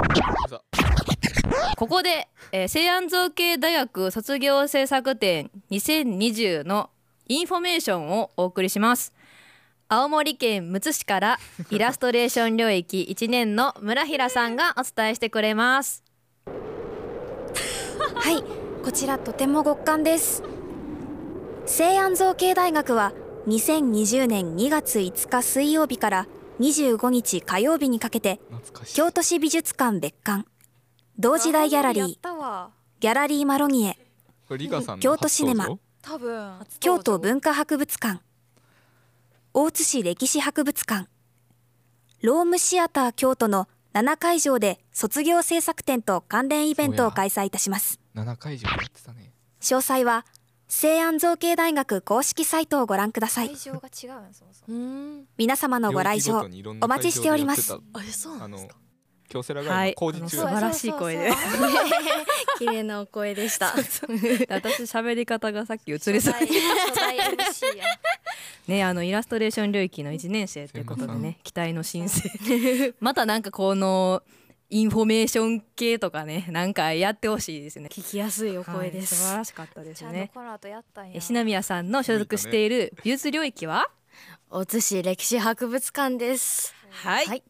ここで、西安造形大学卒業制作展2020のインフォメーションをお送りします。青森県むつ市からイラストレーション領域1年の村平さんがお伝えしてくれます。 はい、こちらとても極寒です。西安造形大学は2020年2月5日水曜日から25日火曜日にかけて京都市美術館別館、同時代ギャラリー、ギャラリーマロニエ、京都シネマ、京都文化博物館、大津市歴史博物館、ロームシアター京都の7会場で卒業制作展と関連イベントを開催いたします。 7会場やってたね。 詳細は西安造形大学公式サイトをご覧ください。 会場が違うの、そう皆様のご来場お待ちしております。 そうなんですか。 京セラが工事中、 素晴らしい声で綺麗なお声でした。 私喋り方がさっき映りそうにね、イラストレーション領域の1年生ということでね、期待の新生またなんかこのインフォメーション系とかね、なんかやってほしいですね。 聞きやすいお声です。 素晴らしかったですね。 この後やったんや。 篠宮さんの所属している美術領域は大津市歴史博物館です。 はい、はい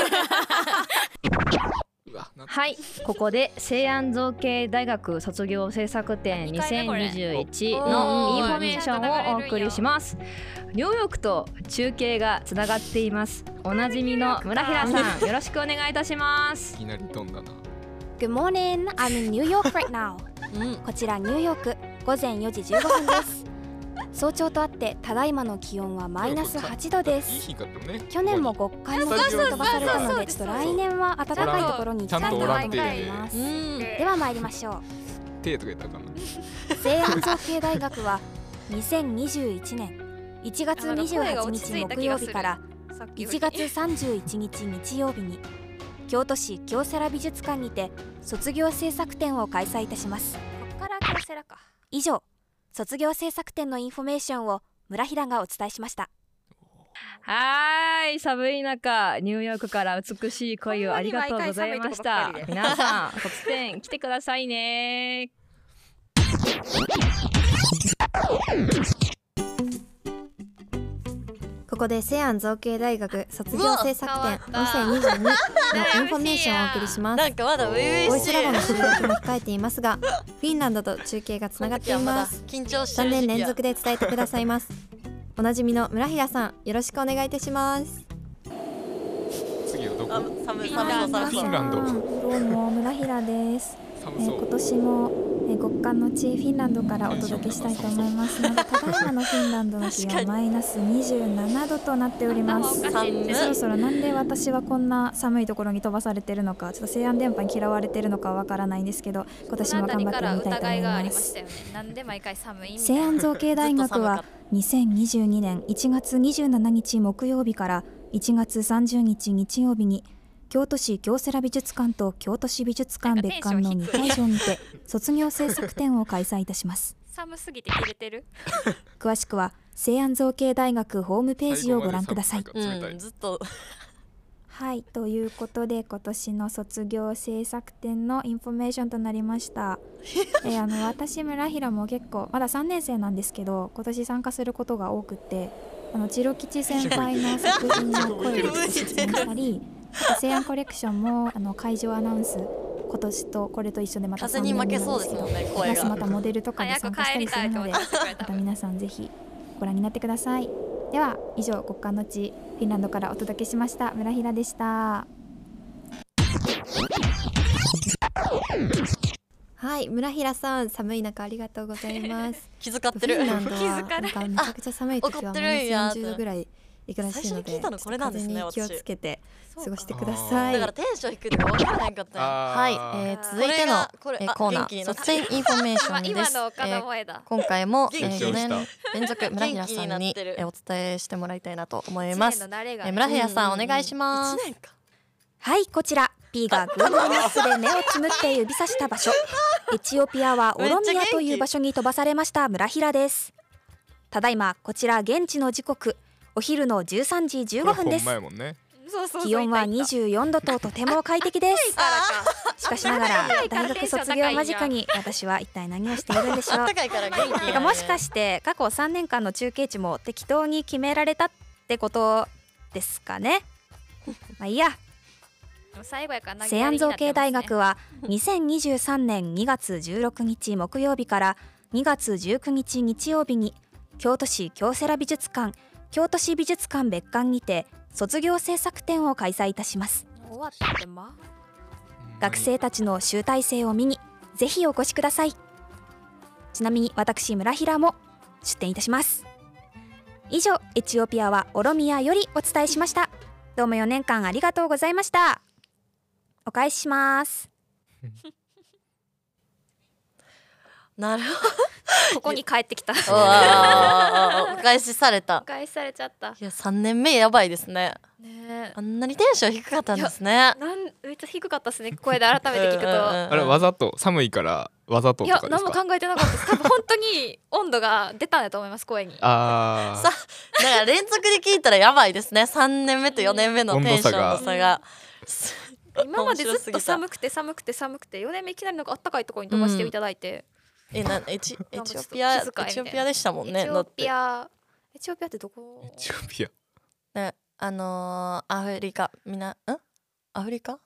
はい、ここで西安造形大学卒業制作展2021のインフォメーションをお送りします。ニューヨークと中継がつながっています。おなじみの村平さん、よろしくお願いいたします。 いきなり飛んだな。 Good morning, I'm in New York right now こちらニューヨーク午前4時15分です。早朝とあってただいまの気温はマイナス8度です。去年も極寒の数字に飛ばされたので、ちょっと来年は暖かいところに行きたいなと思っています。では参りましょう。 手とかやったらあかんな。 西安造形大学は2021年1月28日木曜日から1月31日日曜日に京都市京セラ美術館にて卒業制作展を開催いたします。 ここから京セラか。 以上、卒業制作展のインフォメーションを村平がお伝えしました。 はい、寒い中ニューヨークから美しい声をありがとうございました。皆さん卒展来てくださいね。 ここで西安造形大学卒業制作展2022のインフォメーションをお送りします。なんかまだ初々しい。ボイスラボの収録も控えていますが、フィンランドと中継がつながっています。3年連続で伝えてくださいます。おなじみの村平さん、よろしくお願いいたします。 次はどこ？フィンランド。 どうも村平です。今年も極寒の地フィンランドからお届けしたいと思いますので、ただいまのフィンランドの気温はマイナス27度となっております。そろそろなんで私はこんな寒いところに飛ばされてるのか、ちょっと西安電波に嫌われてるのかわからないんですけど、今年も頑張ってみたいと思います。 なんで毎回寒いみたいな。 西安造形大学は2022年1月27日木曜日から1月30日日曜日に京都市京セラ美術館と京都市美術館別館の2会場にて卒業制作展を開催いたします。 寒すぎて切れてる。 詳しくは西安造形大学ホームページをご覧ください。 ずっとはい、ということで今年の卒業制作展のインフォメーションとなりました。私村平も結構まだ3年生なんですけど、今年参加することが多くってチロ吉先輩の作品の声で出演したり西安コレクションも会場アナウンス今年とこれと一緒でまた3年目なんですけど、またモデルとかで参加したりするので、また皆さんぜひご覧になってください。では以上、極寒の地フィンランドからお届けしました村平でした。 はい、村平さん、寒い中ありがとうございます。 気遣ってる。 フィンランドはなんかめちゃくちゃ寒い時はマイナス40度ぐらい行くらしいので、風に気をつけて過ごしてください。 だからテンション低いとか分からなかった。 はい、続いてのコーナー、卒展インフォメーションです。今回も4年連続村平さんにお伝えしてもらいたいなと思います。村平さん、お願いします。 はい、こちら P が Google マップで目をつむって指さした場所、エチオピアはオロミアという場所に飛ばされました村平です。ただいまこちら現地の時刻お昼の13時15分です。 気温は24度ととても快適です。しかしながら大学卒業間近に私は一体何をしているんでしょう。もしかして過去3年間の中継値も適当に決められたってことですかね。まあいいや。西安造形大学は2023年2月16日木曜日から2月19日日曜日に京都市京セラ美術館京都市美術館別館にて卒業制作展を開催いたします。学生たちの集大成を見にぜひお越しください。ちなみに私村平も出展いたします。以上、エチオピアはオロミアよりお伝えしました。どうも4年間ありがとうございました。お返しします。 なるほど。 ここに帰ってきた。 お返しされた。 お返しされちゃった。 いや3年目やばいですね。あんなにテンション低かったんですね。 めっちゃ低かったですね。声で改めて聞くと。 あれわざと寒いからわざととかですか？ いや何も考えてなかったです。多分本当に温度が出たんだと思います声に。 だから連続で聞いたらやばいですね。3年目と4年目のテンションの差が。 今までずっと寒くて4年目いきなりなんかあったかいところに飛ばしていただいて。 エチオピアでしたもんね。 エチオピアってどこ？ エチオピア。 ね、アフリカ南アフリカ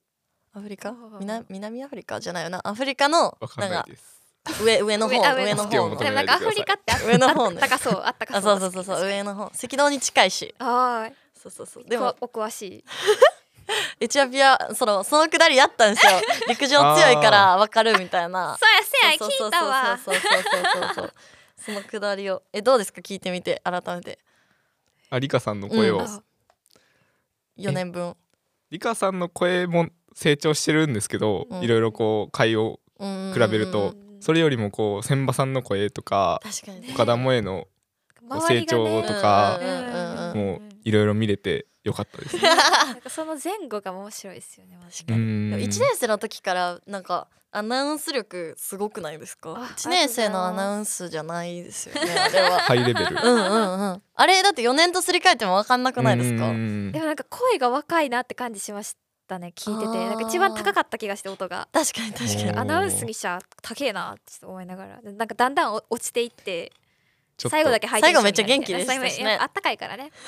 じゃないよな。アフリカのなんか上の方でもなんかアフリカって上の方あったかそうそう上の方赤道に近いし。そうでもお詳しい。 エチオピアそのくだりやったんですよ。陸上強いから分かるみたいな。 そうや聞いたわ。 そうそのくだりをどうですか聞いてみて改めて。 リカさんの声を 4年分。 リカさんの声も成長してるんですけど、いろいろこう回を比べるとそれよりもこう千葉さんの声とか岡田萌の成長とかもういろいろ見れてよかったですね。 なんかその前後が面白いですよね。 確かに1年生の時からなんかアナウンス力すごくないですか？1年生のアナウンスじゃないですよねあれは。 ハイレベル。 あれだって4年とすり替えても分かんなくないですか？でもなんか声が若いなって感じしましたね聞いてて。なんか一番高かった気がして音が。 確かにアナウンスにしちゃ高えなって思いながらなんかだんだん落ちていって最後だけ入って最後めっちゃ元気でしたしね。 あったかいからね。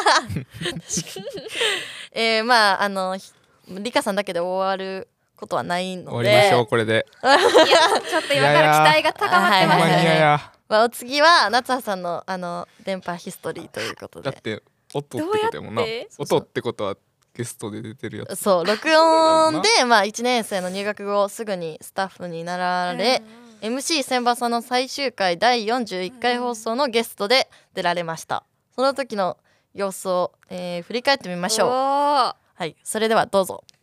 まあリカさんだけで終わることはないので終わりましょうこれで。 いやちょっと今から期待が高まってますね。 お次は夏葉さんの電波ヒストリーということで。 だって音ってことやもんな。音ってことはゲストで出てるやつ。 そう録音でまあ1年生の入学後すぐにスタッフになられ、MC 千葉さんの最終回第41回放送のゲストで出られました。その時の様子を、振り返ってみましょう。はい、それではどうぞ。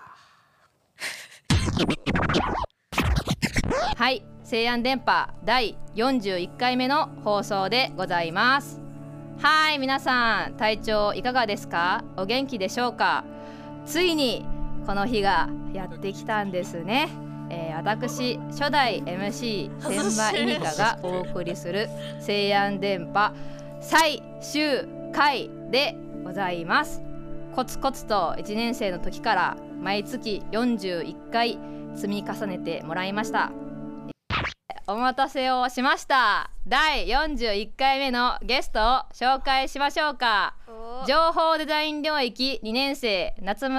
はい、西安電波第41回目の放送でございます。はい、皆さん体調いかがですか？お元気でしょうか？ついにこの日がやってきたんですね。私初代 MC 千葉イニカがお送りする西安電波最終回でございます。コツコツと1年生の時から毎月41回積み重ねてもらいました。お待たせをしました。第41回目のゲストを紹介しましょうか。情報デザイン領域2年生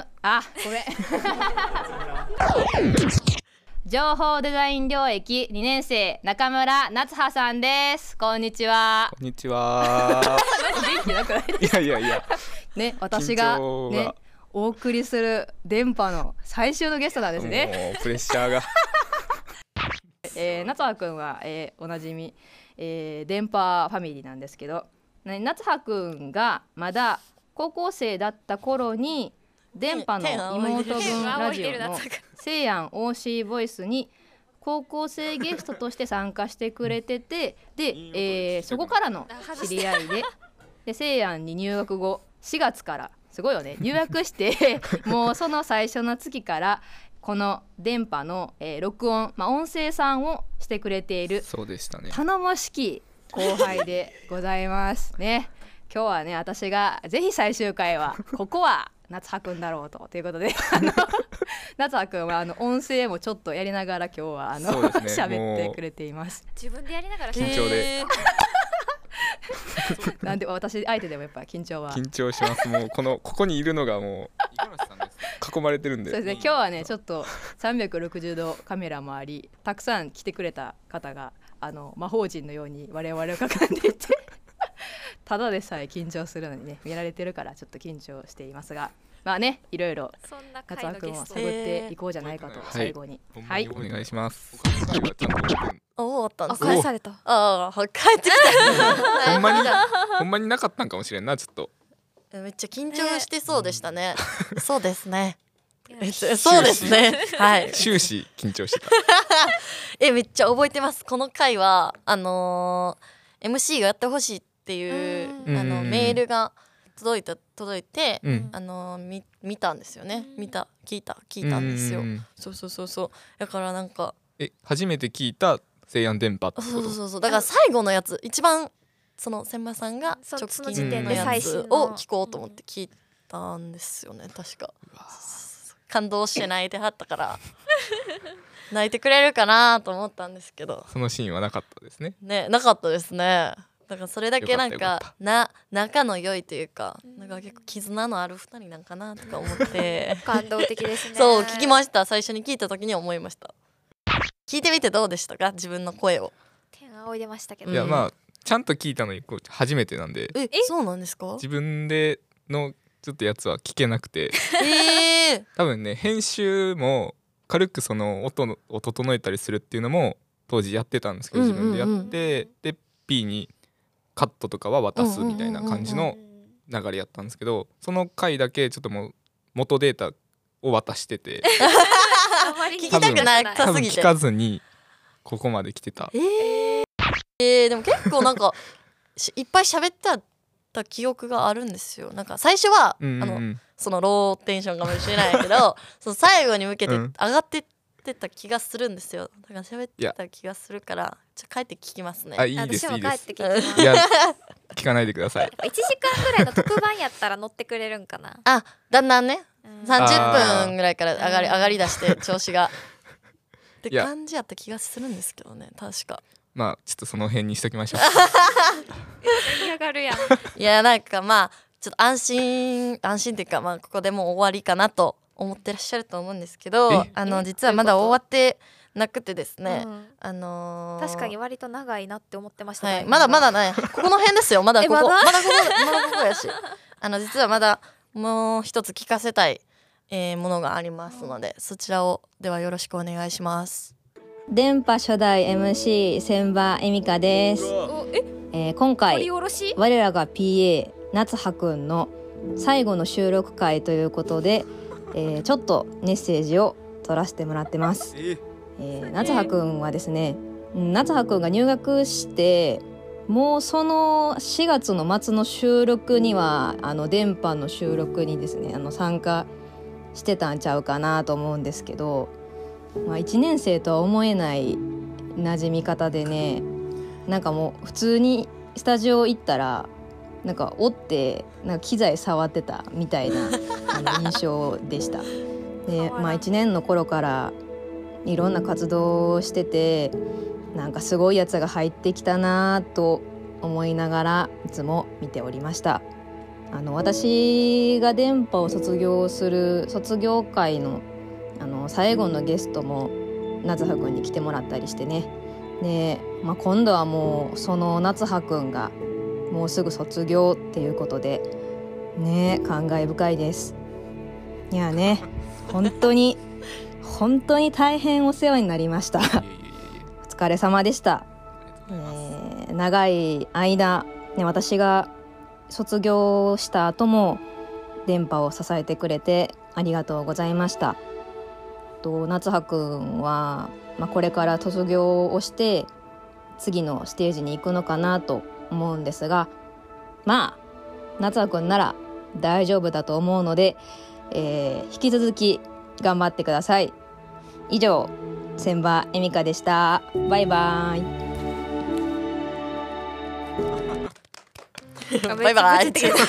情報デザイン領域2年生中村夏葉さんです。こんにちは。 こんにちは。 元気なくないですか？ いやね、私がねお送りする電波の最終のゲストなんですね。 もうプレッシャーが。 夏葉くんは、おなじみ、電波ファミリーなんですけど、夏葉くんがまだ高校生だった頃に電波の妹分ラジオの西安 OC ボイスに高校生ゲストとして参加してくれててで、そこからの知り合いで西安に入学後4月からすごいよね入学してもうその最初の月からこの電波の、録音、音声さんをしてくれているそうでしたね、 頼もしき後輩でございますね。 今日はね私がぜひ最終回はここは夏葉くんだろうということで夏葉くんは音声もちょっとやりながら今日は喋ってくれています。 自分でやりながら緊張でなんで私相手でもやっぱ緊張します。もうここにいるのがもう囲まれてるんで。 そうですね。今日はねちょっと360度カメラもあり、たくさん来てくれた方が魔法陣のように我々を囲んでいてただでさえ緊張するのにね見られてるからちょっと緊張していますが、まあねいろいろ夏葉くんを探っていこうじゃないかと最後に、 はい、お願いします。 おおったんです。 返された。 帰ってきた。 ほんまになかったんかもしれんな。ちょっとめっちゃ緊張してそうでしたね。そうですね。そうですね。はい。 終始緊張してた。 めっちゃ覚えてます。この回はMC がやってほしいっていうメールが届いて、見たんですよね。聞いたんですよ。そうだからなんか初めて聞いた西安電波ってこと。 そうだから最後のやつ一番その千葉さんが直近のやつを聞こうと思って聞いたんですよね。確か感動して泣いてはったから泣いてくれるかなと思ったんですけど、 そのシーンはなかったですね。 なかったですね。だからそれだけなんか仲の良いというか、なんか結構絆のある2人なんかなとか思って感動的ですね。 そう聞きました。最初に聞いた時に思いました。聞いてみてどうでしたか、自分の声を。 天仰いでましたけど、 いやまあちゃんと聞いたの初めてなんで。 そうなんですか。 自分でのちょっとやつは聞けなくて多分ね編集も軽くその音を整えたりするっていうのも当時やってたんですけど、自分でやって、で P にカットとかは渡すみたいな感じの流れやったんですけど、その回だけちょっともう元データを渡してて聞きたくなさすぎて聞かずにここまで来てた。 でも結構なんかいっぱい喋った記憶があるんですよ。なんか最初はそのローテンションかもしれないけどその最後に向けて上がってってた気がするんだから喋ってた気がするから帰って聞きますね。 いいですいいです。 いや聞かないでください。 1時間ぐらいの特番やったら乗ってくれるんかな。 だんだんね30分ぐらいから上がりだして調子がって感じやった気がするんですけどね。確かまあちょっとその辺にしときましょう嫌がるやん。 いやなんかまあちょっと安心っていうか、まあここでもう終わりかなと思ってらっしゃると思うんですけど、実はまだ終わってなくてですね、 確かに割と長いなって思ってましたね。 まだねここの辺ですよ。まだここやし実はまだもう一つ聞かせたいものがありますので、そちらをではよろしくお願いします。 電波初代 MC 千葉恵美香です。今回我らが PA 夏葉くんの最後の収録回ということで、ちょっとメッセージを取らせてもらってます。夏葉くんはですね、夏葉くんが入学してもうその4月の末の収録には電波の収録にですね参加してたんちゃうかなと思うんですけど、1年生とは思えない馴染み方でね、なんかもう普通にスタジオ行ったらなんかおってなんか機材触ってたみたいな印象でした。で、1年の頃からいろんな活動をしてて、なんかすごいやつが入ってきたなと思いながらいつも見ておりました。私が電波を卒業する卒業会の最後のゲストも夏葉くんに来てもらったりしてね。で、今度はもうその夏葉くんがもうすぐ卒業っていうことでね、感慨深いです。いやね、本当に大変お世話になりました。お疲れ様でした。長い間、ね、私が卒業した後も電波を支えてくれてありがとうございました。夏葉くんは、これから卒業をして次のステージに行くのかなと思うんですが、夏葉くんなら大丈夫だと思うので、引き続き頑張ってください。以上、千葉恵美香でした。バイバイ。 バイバイってめっ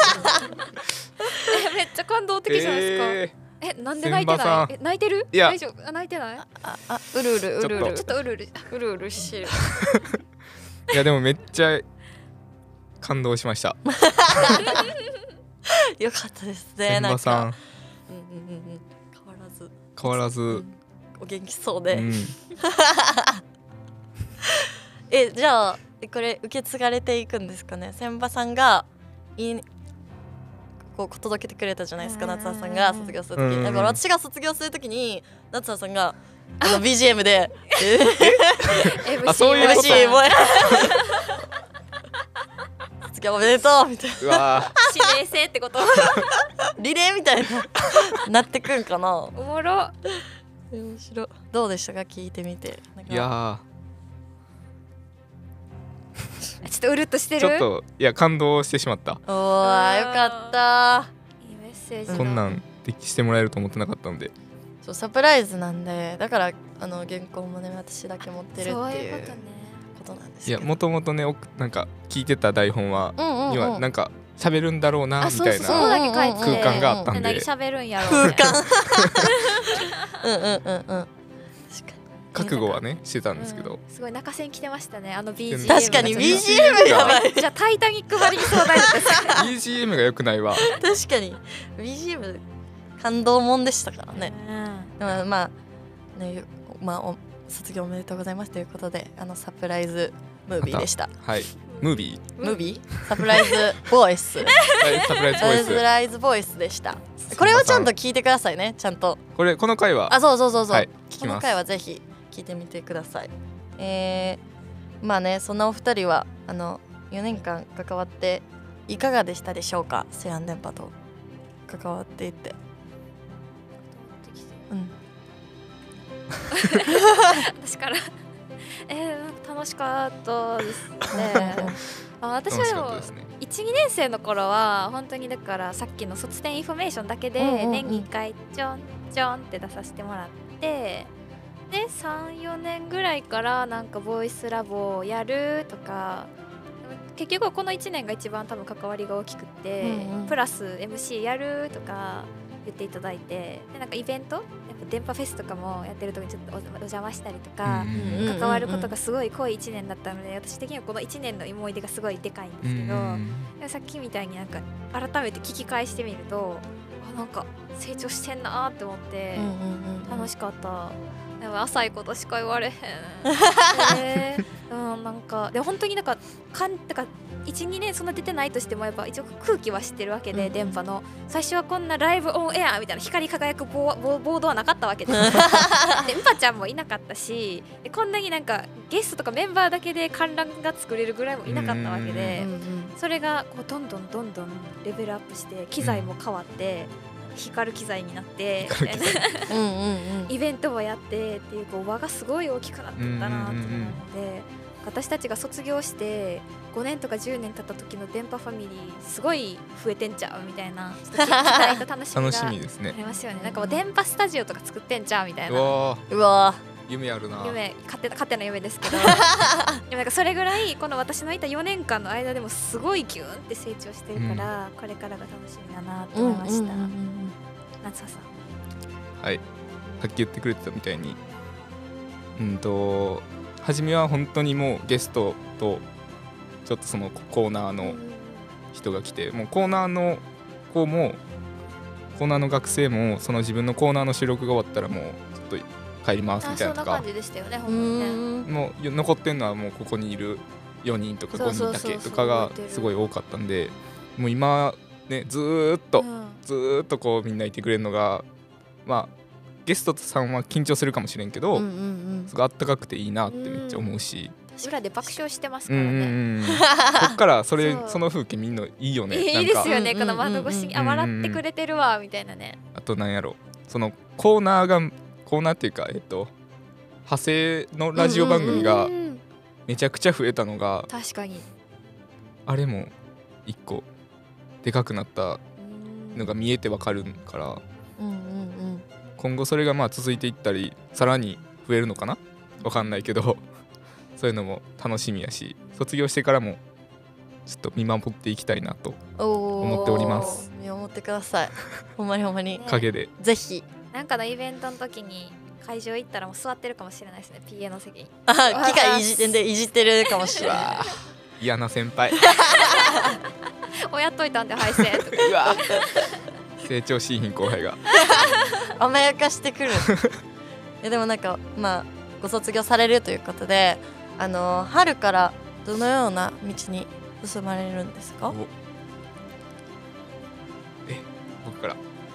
ちゃ感動的じゃないですか。なんで泣いてない？泣いてる？ いや大丈夫？泣いてない？ うるうるうるうるちょっとうるうるしてる。 いやでもめっちゃ感動しました。 よかったですね。 千葉さん、変わらず、 お元気そうで。じゃあこれ受け継がれていくんですかね。千葉さんがこう届けてくれたじゃないですか、夏葉さんが卒業する時。だから私が卒業する時に夏葉さんがBGM でそういうこと。 MC も卒業おめでとうみたいな指名制ってことリレーみたいなってくんかな。 おもろ。 面白い。どうでしたか、聞いてみて。 いやちょっとうるっとしてる。 ちょっと感動してしまった。 おー、よかった。 いいメッセージ。 こんなんしてもらえると思ってなかったんで。 そう、サプライズなんで、だから原稿もね私だけ持ってるっていうことなんですけど。 もともとねなんか聞いてた台本はにはなんか喋るんだろうなみたいな空間があったんで。 何喋るんやろ。 空間。 覚悟はねしてたんですけど、 すごい中線来てましたね、BGM。 確かに BGM やばい。 じゃあタイタニックばりに相談して BGM が良くないわ。 確かに BGM 感動もんでしたからね。まあね、卒業おめでとうございますということで、サプライズムービーでした。 はい、ムービーサプライズボイス。 サプライズボイスでした。これをちゃんと聞いてくださいね、ちゃんと。 この回はそう、この聞きます。 回はぜひ聞いてみてください。まあね、そんなお二人は4年間関わっていかがでしたでしょうか。西安電波と関わっていって。 私から楽しかったですね。私はでも 1,2 年生の頃は本当にだからさっきの卒展インフォメーションだけで年に1回ちょんちょんって出させてもらって、で 3,4 年ぐらいからなんかボイスラボをやるとか、結局この1年が一番多分関わりが大きくて、プラス MC やるとか言っていただいて、でなんかイベント電波フェスとかもやってる時にちょっとお邪魔したりとか関わることがすごい濃い1年だったので、私的にはこの1年の思い出がすごいでかいんですけど、でもさっきみたいになんか改めて聞き返してみるとなんか成長してんなって思って楽しかった。でも浅いことしか言われへん。なんかで本当になんか1,2 年そんな出てないとしてもやっぱ一応空気は知ってるわけで、電波の最初はこんなライブオンエアみたいな光り輝くボードはなかったわけです。でうぱちゃんもいなかったし、こんなになんかゲストとかメンバーだけで観覧が作れるぐらいもいなかったわけで、それがこうどんどんレベルアップして機材も変わって、光る機材になってイベントもやってっていう輪がすごい大きくなってったなって思うので、私たちが卒業して5年とか10年経った時の電波ファミリーすごい増えてんちゃうみたいな期待と楽しみがありますよね。なんかもう電波スタジオとか作ってんちゃうみたいな。 うわ夢あるな。 勝手な夢ですけどでもなんかそれぐらいこの私のいた4年間の間でもすごいギューンって成長してるから、これからが楽しみだなと思いました。夏葉さん。 はい、さっき言ってくれてたみたいに初めは本当にもうゲストとちょっとそのコーナーの人が来て、もうコーナーの子もコーナーの学生もその自分のコーナーの収録が終わったらもうちょっと帰りますみたいなとか、 そんな感じでしたよね。ほんまにね。 もう残ってんのはもうここにいる4人とか5人だけとかがすごい多かったんで、もう今ねずーっとこうみんないてくれるのが、まあゲストさんは緊張するかもしれんけど、すごいあったかくていいなってめっちゃ思うし、 裏で爆笑してますからね。 こっからその風景みんないいよね。 いいですよね。この窓越しに笑ってくれてるわみたいなね。 あとなんやろ、そのコーナーっていうか派生のラジオ番組がめちゃくちゃ増えたのが、 確かにあれも一個でかくなったのが見えてわかるから、今後それがまあ続いていったりさらに増えるのかな、わかんないけどそういうのも楽しみやし、卒業してからもちょっと見守っていきたいなと思っております。 見守ってください。ほんまにほんまに、 陰でぜひなんかのイベントの時に会場行ったらもう座ってるかもしれないですね、 PA の席に。 機械いじってるかもしれない。 嫌な先輩やっといたんで配線とかうわ成長しいひん後輩が甘やかしてくるでもなんかまあご卒業されるということで、春からどのような道に進まれるんですか？ 僕から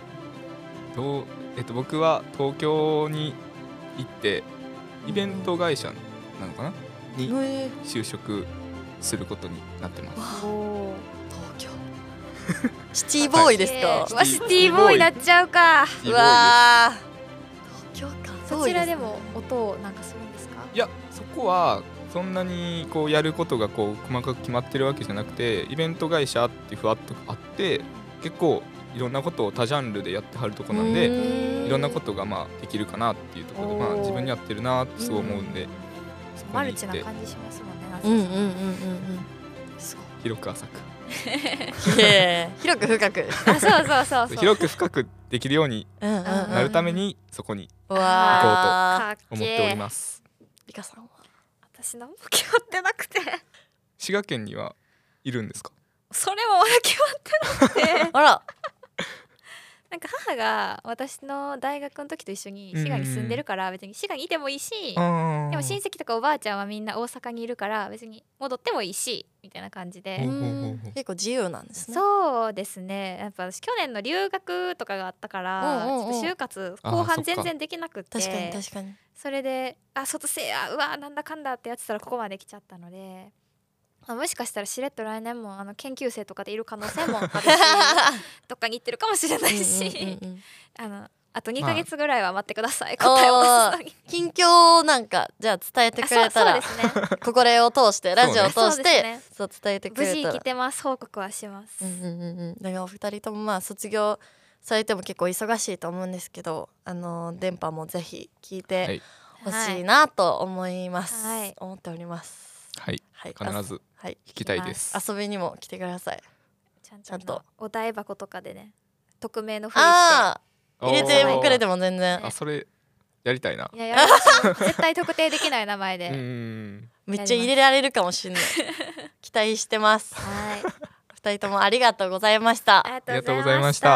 僕は東京に行ってイベント会社なのかな、に就職することになってます。 東京シティボーイですか？ シティボーイになっちゃうか。 うわ東京か。 そちらでも音をなんかするんですか？ いや、そこはそんなにこうやることがこう細かく決まってるわけじゃなくて、イベント会社ってふわっとあって、結構いろんなことを多ジャンルでやってはるとこなんで、いろんなことがまあできるかなっていうところで、まあ自分に合ってるなってすごい思うんで、そこマルに行ってチな感じしますもんね。 広く浅く広く深くそう広く深くできるようになるためにそこに行こうと思っております。 リカさんは？ 私何も決まってなくて。 滋賀県にはいるんですか？ それもまだ決まってなくてあらなんか母が私の大学の時と一緒に滋賀に住んでるから、別に滋賀にいてもいいし、でも親戚とかおばあちゃんはみんな大阪にいるから別に戻ってもいいしみたいな感じで、 結構自由なんですね。 そうですね。やっぱ私去年の留学とかがあったから、ちょっと就活後半全然できなくて、 確かにそれで卒生やうわなんだかんだってやってたらここまで来ちゃったので、もしかしたらしれっと来年も研究生とかでいる可能性もあるしどっかに行ってるかもしれないしあと2ヶ月ぐらいは待ってください、答えを出すのに。 近況なんかじゃあ伝えてくれたら、ここを通してラジオを通してそう伝えてくれたら、 無事生きてます報告はします。 だからお二人ともまあ卒業されても結構忙しいと思うんですけど、電波もぜひ聞いてほしいなと思います、思っております。 はい、必ず聞きたいです。 遊びにも来てください。ちゃんとお題箱とかでね、匿名のふりして入れてくれても全然。 それやりたいな。 いややりましょう。絶対特定できない名前でめっちゃ入れられるかもしれない期待してます。二人ともありがとうございました。 ありがとうございました。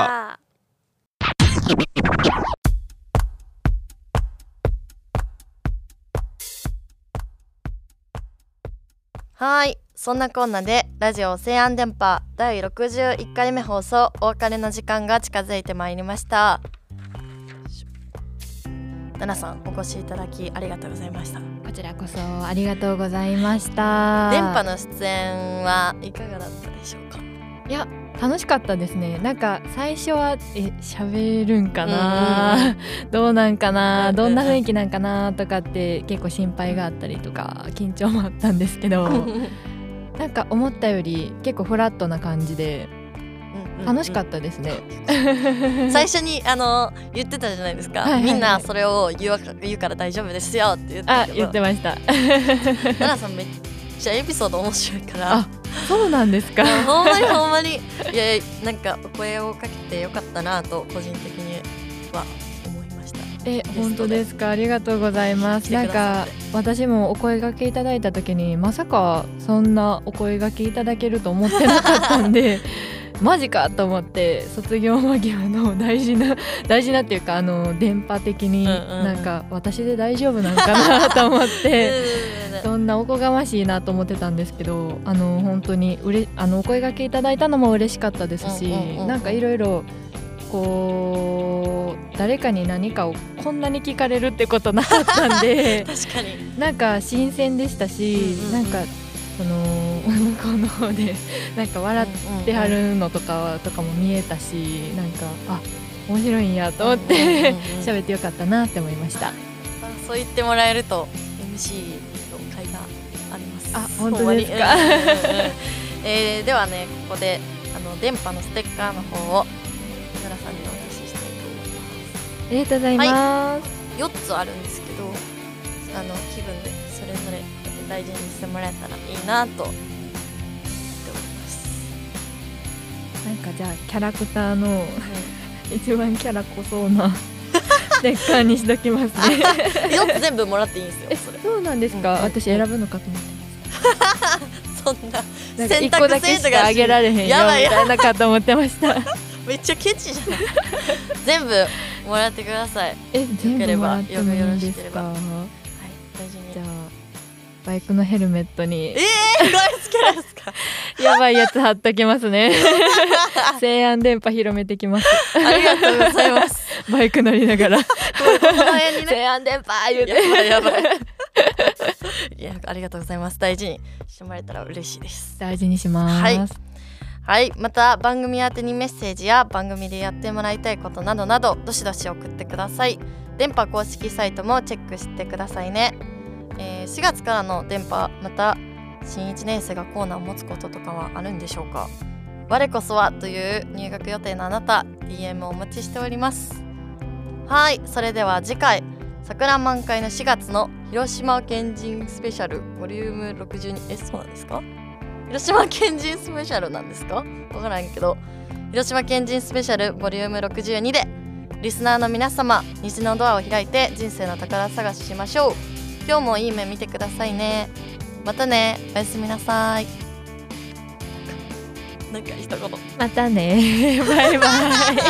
はい、そんなこんなでラジオ西安電波第61回目放送お別れの時間が近づいてまいりました。ナナさんお越しいただきありがとうございました。 こちらこそありがとうございました。 電波の出演はいかがだったでしょうか？ いや楽しかったですね。なんか最初は喋るんかな、どうなんかな、どんな雰囲気なんかなとかって結構心配があったりとか緊張もあったんですけどなんか思ったより結構フラットな感じで楽しかったですね。 最初に言ってたじゃないですか、みんなそれを言うから大丈夫ですよって言って言ってました。 ナナさんめっちゃエピソード面白いから。 そうなんですか。 ほんまにいやなんかお声をかけてよかったなと個人的には思いました。 本当ですか？ありがとうございます。なんか私もお声掛けいただいた時にまさかそんなお声掛けいただけると思ってなかったんでマジかと思って、卒業間際の大事なっていうか電波的になんか私で大丈夫なのかなと思ってそんなおこがましいなと思ってたんですけど、本当にお声掛けいただいたのも嬉しかったですし、なんかいろいろこう誰かに何かをこんなに聞かれるってことなかったんで確かになんか新鮮でしたし、なんか向こうの方でなんか笑ってはるのとかも見えたし、なんか面白いんやと思って喋ってよかったなって思いました。 そう言ってもらえると MC の会があります。 本当ですか？ ではね、ここで電波のステッカーの方を奈良さんにお渡ししたいと思います。 ありがとうございます。 4つあるんですけど、気分でそれぞれ大事にしてもらえたらいいなと思っておりまなんかじゃあキャラクターの一番キャラ濃そうなステッカーにしときますね。 4つ全部もらっていいんですよ。 そうなんですか。私選ぶのかと思ってそんな 1個だけしかあげられへんよみたいなかと思ってました。 めっちゃケチじゃない全部もらってください。 全部もらってもいいんですか。はい、 大事に。 じゃあバイクのヘルメットに大好きなんですか。 やばいやつ貼っときますね。西安電波広めてきます。 ありがとうございます。 バイク乗りながら西安電波言うてやばいいやありがとうございます。大事にしてもらえたら嬉しいです。 大事にします。 はい、また番組宛てにメッセージや番組でやってもらいたいことなどなどどしどし送ってください。電波公式サイトもチェックしてくださいね。4月からの電波、また新1年生がコーナーを持つこととかはあるんでしょうか。我こそはという入学予定のあなた DM をお待ちしております。はい、それでは次回桜満開の4月の広島県人スペシャルボリューム62、そうなんですか。広島県人スペシャルなんですかわからんけど、広島県人スペシャルボリューム62でリスナーの皆様、虹のドアを開いて人生の宝探ししましょう。今日もいい目見てくださいね。またね、おやすみなさい。なんか一言。 またねバイバイ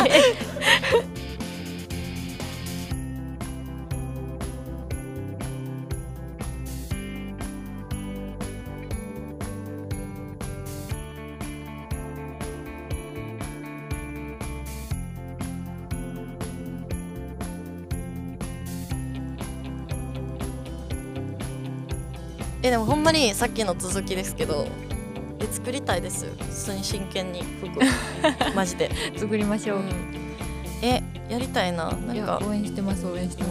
でもほんまにさっきの続きですけど、作りたいです。普通に真剣に服マジで作りましょう。 やりたいな。なんか応援してます。 モデル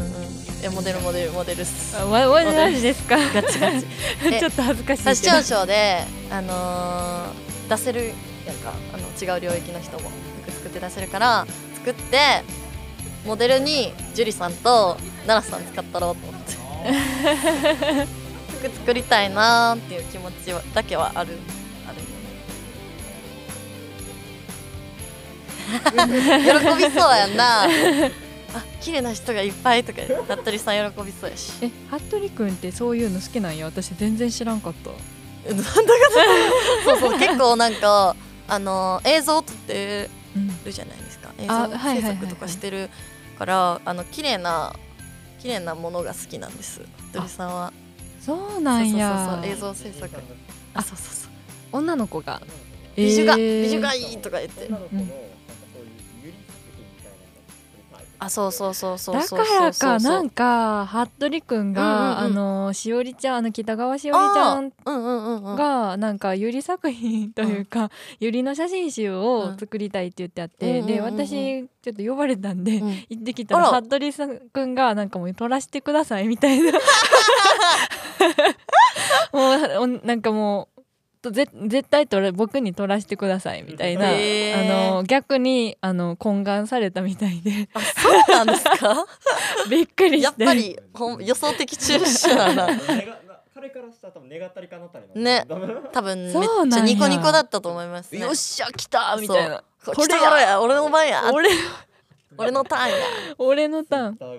っす。 マジですか。 ガチガチちょっと恥ずかしいけど。 ファッションショーで出せるやんか、違う領域の人も服作って出せるから作ってモデルに樹里さんと奈々さん使ったろうと思って服作りたいなーっていう気持ちだけはある喜びそうやんなあ、綺麗な人がいっぱいとか服部さん喜びそうやし。 服部くんってそういうの好きなんや。私全然知らんかった。 そう結構なんか映像撮ってるじゃないですか。映像制作とかしてるから綺麗なものが好きなんです。服部さんは。 そうなんや。 映像制作。そう女の子が美女がいいとか言って。そうだからか、なんか服部くんがしおりちゃん、北川しおりちゃんがなんかゆり作品というかゆりの写真集を作りたいって言ってあって、で私ちょっと呼ばれたんで行ってきたら服部くんがなんかもう撮らせてくださいみたいなもうなんかもう絶対僕に撮らせてくださいみたいな、逆に懇願されたみたいで。 そうなんですかびっくりして。 やっぱり予想的中止だな彼からしたら多分願ったりかなったりね、多分めっちゃニコニコだったと思いますね。 よっしゃ来たみたいな。 これや俺の番や俺のターンや俺のターン。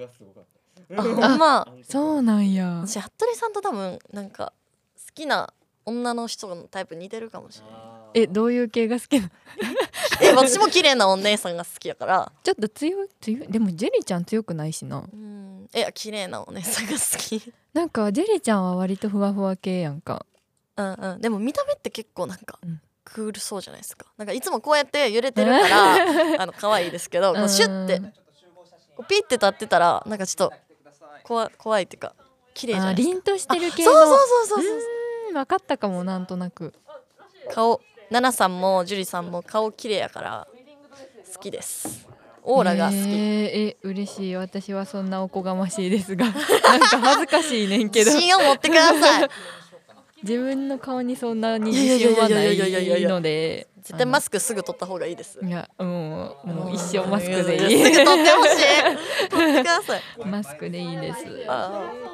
そうなんや。 私服部さんと多分なんか好きな女の人のタイプ似てるかもしれない。 どういう系が好きなの私も綺麗なお姉さんが好きやから。 ちょっと強い。でもジェリちゃん強くないしな。 綺麗なお姉さんが好きなんかジェリちゃんは割とふわふわ系やんか。 でも見た目って結構なんかクールそうじゃないですか。なんかいつもこうやって揺れてるから可愛いですけど、シュッてピッて立ってたらなんかちょっと怖いっていうか綺麗じゃないですか。 凛としてる系の。 そう分かったかも。なんとなく顔、奈々さんも樹里さんも顔綺麗やから好きです。オーラが好き。 嬉しい。私はそんなおこがましいですがなんか恥ずかしいねんけど。 自信を持ってください自分の顔にそんなに自信はないので、 絶対マスクすぐ取った方がいいです。 いやもう一生マスクでいい。 すぐ取ってほしい取ってくださいマスクでいいです。